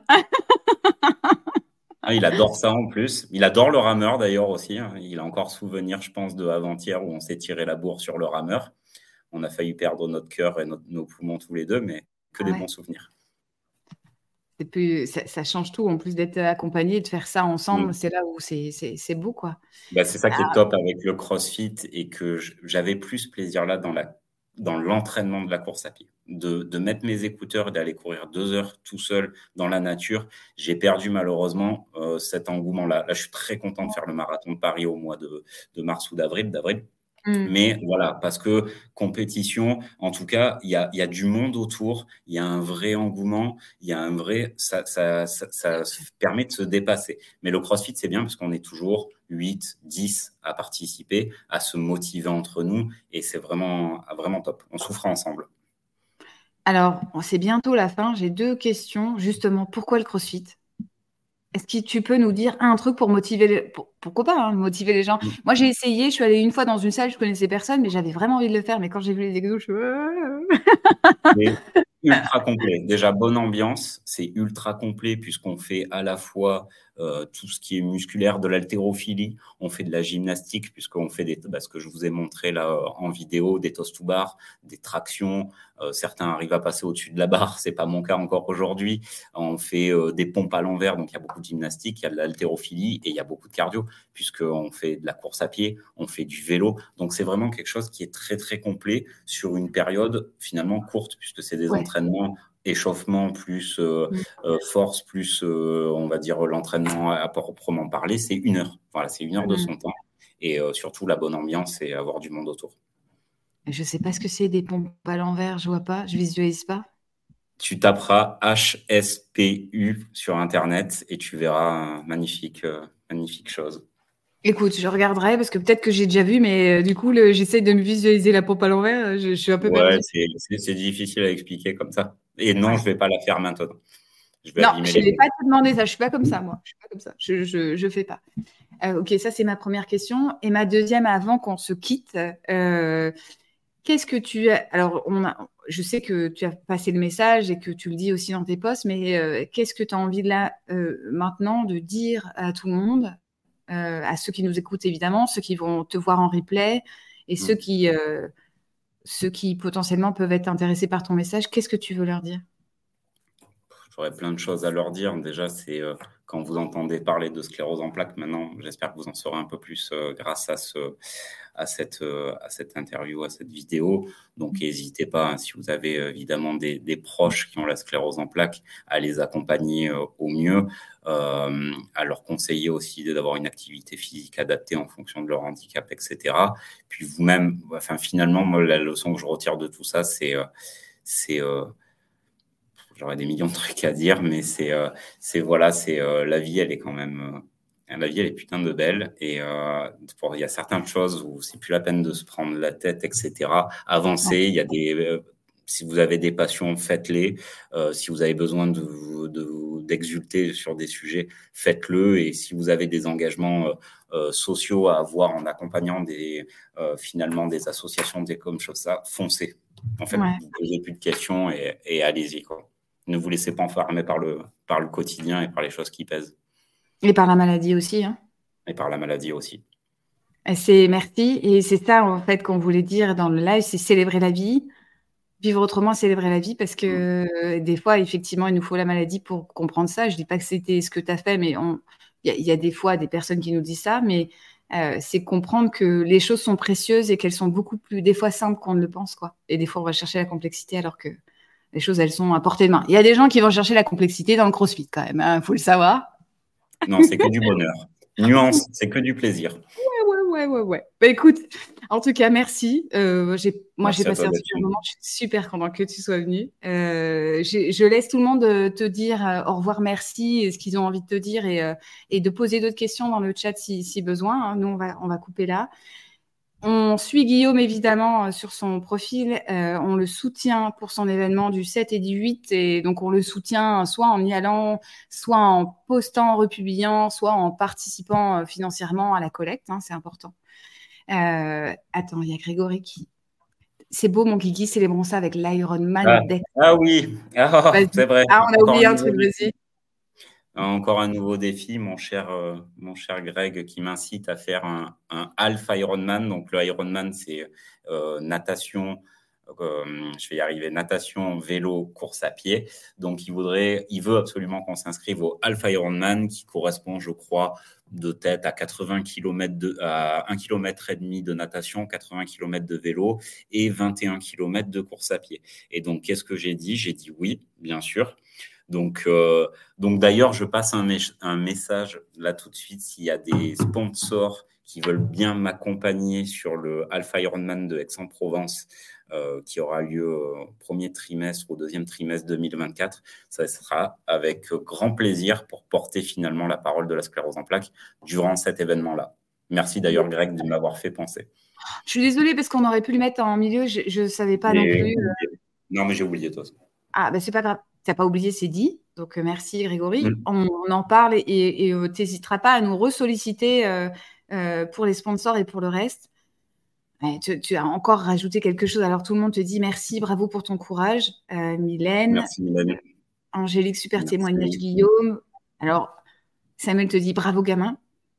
Ah, il adore ça en plus. Il adore le rameur d'ailleurs aussi, hein. Il a encore souvenir, je pense, de avant-hier où on s'est tiré la bourre sur le rameur. On a failli perdre notre cœur et notre- nos poumons tous les deux, mais que Ah des ouais. bons souvenirs. C'est plus... ça, ça change tout. En plus d'être accompagné et de faire ça ensemble, Mm. c'est là où c'est, c'est, c'est beau, quoi. Bah, c'est ça qui est Ah, top avec le CrossFit et que j- j'avais plus plaisir là dans la, dans l'entraînement de la course à pied. De, de mettre mes écouteurs et d'aller courir deux heures tout seul dans la nature. J'ai perdu malheureusement euh, cet engouement-là. Là, je suis très content de faire le marathon de Paris au mois de, de mars ou d'avril, d'avril. hum, Mais voilà, parce que compétition, en tout cas, il y a, il y a du monde autour, il y a un vrai engouement, il y a un vrai, ça, ça, ça, ça permet de se dépasser. Mais le CrossFit, c'est bien parce qu'on est toujours huit, dix à participer, à se motiver entre nous, et c'est vraiment, vraiment top. On souffre ensemble. Alors, c'est bientôt la fin. J'ai deux questions. Justement, pourquoi le CrossFit? Est-ce que tu peux nous dire un truc pour motiver les... pour- pourquoi pas, hein, motiver les gens? Moi, j'ai essayé, je suis allée une fois dans une salle, je connaissais personne, mais j'avais vraiment envie de le faire. Mais quand j'ai vu les exos, je suis... Mais ultra complet. Déjà, bonne ambiance. C'est ultra complet puisqu'on fait à la fois euh, tout ce qui est musculaire, de l'haltérophilie. On fait de la gymnastique puisqu'on fait des, bah, ce que je vous ai montré là euh, en vidéo, des toast to bar, des tractions. Euh, certains arrivent à passer au-dessus de la barre. C'est pas mon cas encore aujourd'hui. On fait euh, des pompes à l'envers. Donc, il y a beaucoup de gymnastique, il y a de l'haltérophilie et il y a beaucoup de cardio puisqu'on fait de la course à pied, on fait du vélo. Donc, c'est vraiment quelque chose qui est très, très complet sur une période finalement courte puisque c'est des Ouais. entraînements échauffement plus euh, Mm. euh, force plus euh, on va dire l'entraînement à proprement parler, c'est une heure. Voilà, c'est une heure de Mm. son temps et euh, surtout la bonne ambiance et avoir du monde autour. Je sais pas ce que c'est des pompes à l'envers, je vois pas, je visualise pas. Tu taperas H S P U sur internet et tu verras un magnifique euh, magnifique chose. Écoute, je regarderai parce que peut-être que j'ai déjà vu, mais euh, du coup, le- j'essaye de me visualiser la pompe à l'envers. euh, Je, je suis un peu Ouais, perdue. c'est, c'est, c'est difficile à expliquer comme ça. Et non, Ouais. je vais pas la faire maintenant. Je vais Non, abîmer je les ne vais mots. pas te demander ça. Je suis pas comme ça, moi. Je suis pas comme ça. Je, je, je fais pas. Euh, ok, ça c'est ma première question. Et ma deuxième, avant qu'on se quitte, euh, qu'est-ce que tu as... Alors, on a... je sais que tu as passé le message et que tu le dis aussi dans tes posts, mais euh, qu'est-ce que tu as envie de là euh, maintenant de dire à tout le monde, euh, à ceux qui nous écoutent évidemment, ceux qui vont te voir en replay et ceux Mm. qui, euh, ceux qui potentiellement peuvent être intéressés par ton message, qu'est-ce que tu veux leur dire? J'aurais plein de choses à leur dire. Déjà, c'est euh, quand vous entendez parler de sclérose en plaques maintenant, j'espère que vous en saurez un peu plus euh, grâce à, ce, à, cette, euh, à cette interview, à cette vidéo. Donc, n'hésitez pas, hein, si vous avez euh, évidemment des, des proches qui ont la sclérose en plaques, à les accompagner euh, au mieux, euh, à leur conseiller aussi d'avoir une activité physique adaptée en fonction de leur handicap, et cetera. Puis vous-même, enfin, finalement, moi, la leçon que je retire de tout ça, c'est... Euh, c'est euh, J'aurais des millions de trucs à dire, mais c'est, euh, c'est voilà, c'est euh, la vie, elle est quand même, euh, la vie, elle est putain de belle. Et euh, pour, il y a certaines choses où c'est plus la peine de se prendre la tête, et cetera. Avancez. Il y a des, euh, si vous avez des passions, faites-les. Euh, si vous avez besoin de, de, d'exulter sur des sujets, faites-le. Et si vous avez des engagements euh, euh, sociaux à avoir en accompagnant des, euh, finalement, des associations, des comme choses ça, foncez. En fait, Ouais. vous ne posez plus de questions et, et allez-y, quoi. Ne vous laissez pas enfermer par le, par le quotidien et par les choses qui pèsent. Et par la maladie aussi, hein. Et par la maladie aussi. Et c'est merci. Et c'est ça, en fait, qu'on voulait dire dans le live, c'est célébrer la vie. Vivre autrement, célébrer la vie, parce que Mmh. euh, des fois, effectivement, il nous faut la maladie pour comprendre ça. Je dis pas que c'était ce que tu as fait, mais on... il y, a- il y a des fois des personnes qui nous disent ça, mais euh, c'est comprendre que les choses sont précieuses et qu'elles sont beaucoup plus, des fois, simples qu'on ne le pense, quoi. Et des fois, on va chercher la complexité alors que les choses, elles sont à portée de main. Il y a des gens qui vont chercher la complexité dans le CrossFit, quand même, il faut le savoir. Non, c'est que du bonheur. Nuance, c'est que du plaisir. Ouais, ouais, ouais, ouais, ouais. Bah, écoute, en tout cas, merci. Euh, j'ai, moi, Merci j'ai à passé toi, un super Delphine. moment. Je suis super contente que tu sois venu. Euh, j'ai- je laisse tout le monde euh, te dire euh, au revoir, merci, et ce qu'ils ont envie de te dire et, euh, et de poser d'autres questions dans le chat si, si besoin, hein. Nous, on va, on va couper là. On suit Guillaume évidemment euh, sur son profil. Euh, on le soutient pour son événement du sept et du huit. Et donc, on le soutient soit en y allant, soit en postant, en republiant, soit en participant euh, financièrement à la collecte, hein, c'est important. Euh, attends, il y a Grégory qui. C'est beau, mon Guigui, célébrons ça avec Ah, l'Ironman d'Aix. ah oui, ah, Vas-y. c'est vrai. Ah, on a Encore oublié un un nouveau truc, défi. vas-y. Encore un nouveau défi, mon cher, euh, mon cher Greg, qui m'incite à faire un, un half Ironman. Donc, le Ironman, c'est euh, natation, euh, je vais y arriver, natation, vélo, course à pied. Donc, il voudrait, il veut absolument qu'on s'inscrive au half Ironman, qui correspond, je crois, de tête à quatre-vingts kilomètres de, à un kilomètre et demi de natation, quatre-vingts kilomètres de vélo et vingt et un kilomètres de course à pied. Et donc, qu'est-ce que j'ai dit? J'ai dit oui, bien sûr. Donc, euh, donc d'ailleurs, je passe un, me- un message là tout de suite s'il y a des sponsors qui veulent bien m'accompagner sur le Alpha Ironman de Aix-en-Provence euh, qui aura lieu au premier trimestre ou au deuxième trimestre deux mille vingt-quatre. Ça sera avec grand plaisir pour porter finalement la parole de la sclérose en plaques durant cet événement-là. Merci d'ailleurs Greg de m'avoir fait penser. Je suis désolée parce qu'on aurait pu le mettre en milieu. Je ne savais pas non Et- plus. Non, mais j'ai oublié toi. Ah, ben c'est pas grave. T'as pas oublié, c'est dit. Donc, euh, merci, Grégory. Mm. On, on en parle et et, et, euh, t'hésiteras pas à nous ressolliciter euh, euh, pour les sponsors et pour le reste. Ouais, tu, tu as encore rajouté quelque chose. Alors, tout le monde te dit merci, bravo pour ton courage. Euh, Mylène, Merci Mélanie. Angélique, super témoignage, Merci. Guillaume. Alors, Samuel te dit bravo, gamin.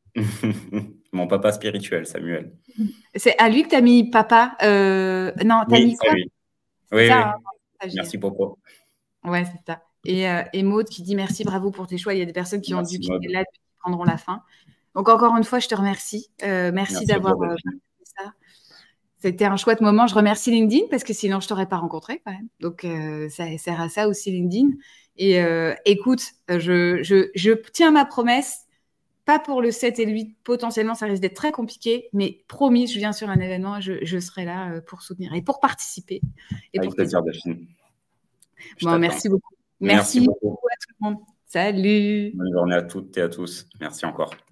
Mon papa spirituel, Samuel. C'est à lui que tu as mis papa. Euh, non, tu as Oui, mis c'est quoi? lui. C'est Oui, ça, hein, oui. stagiaire. Merci, Popo. Ouais, c'est ça. Et, euh, et Maud qui dit merci, bravo pour tes choix. Il y a des personnes qui ont dû Merci, quitter Maud. là, qui prendront la fin. Donc, encore une fois, je te remercie. Euh, merci Merci à toi, d'avoir euh, Delphine. partagé ça. C'était un chouette moment. Je remercie LinkedIn parce que sinon, je ne t'aurais pas rencontré quand même. Donc, euh, ça sert à ça aussi, LinkedIn. Et euh, écoute, je, je, je tiens ma promesse. Pas pour le sept et le huit, potentiellement, ça risque d'être très compliqué, mais promis, je viens sur un événement, je, je serai là euh, pour soutenir et pour participer et Avec pour t'aider. plaisir, Delphine. Je Bon, t'attends. merci beaucoup. Merci Merci beaucoup. beaucoup à tout le monde. Salut! Bonne journée à toutes et à tous. Merci encore.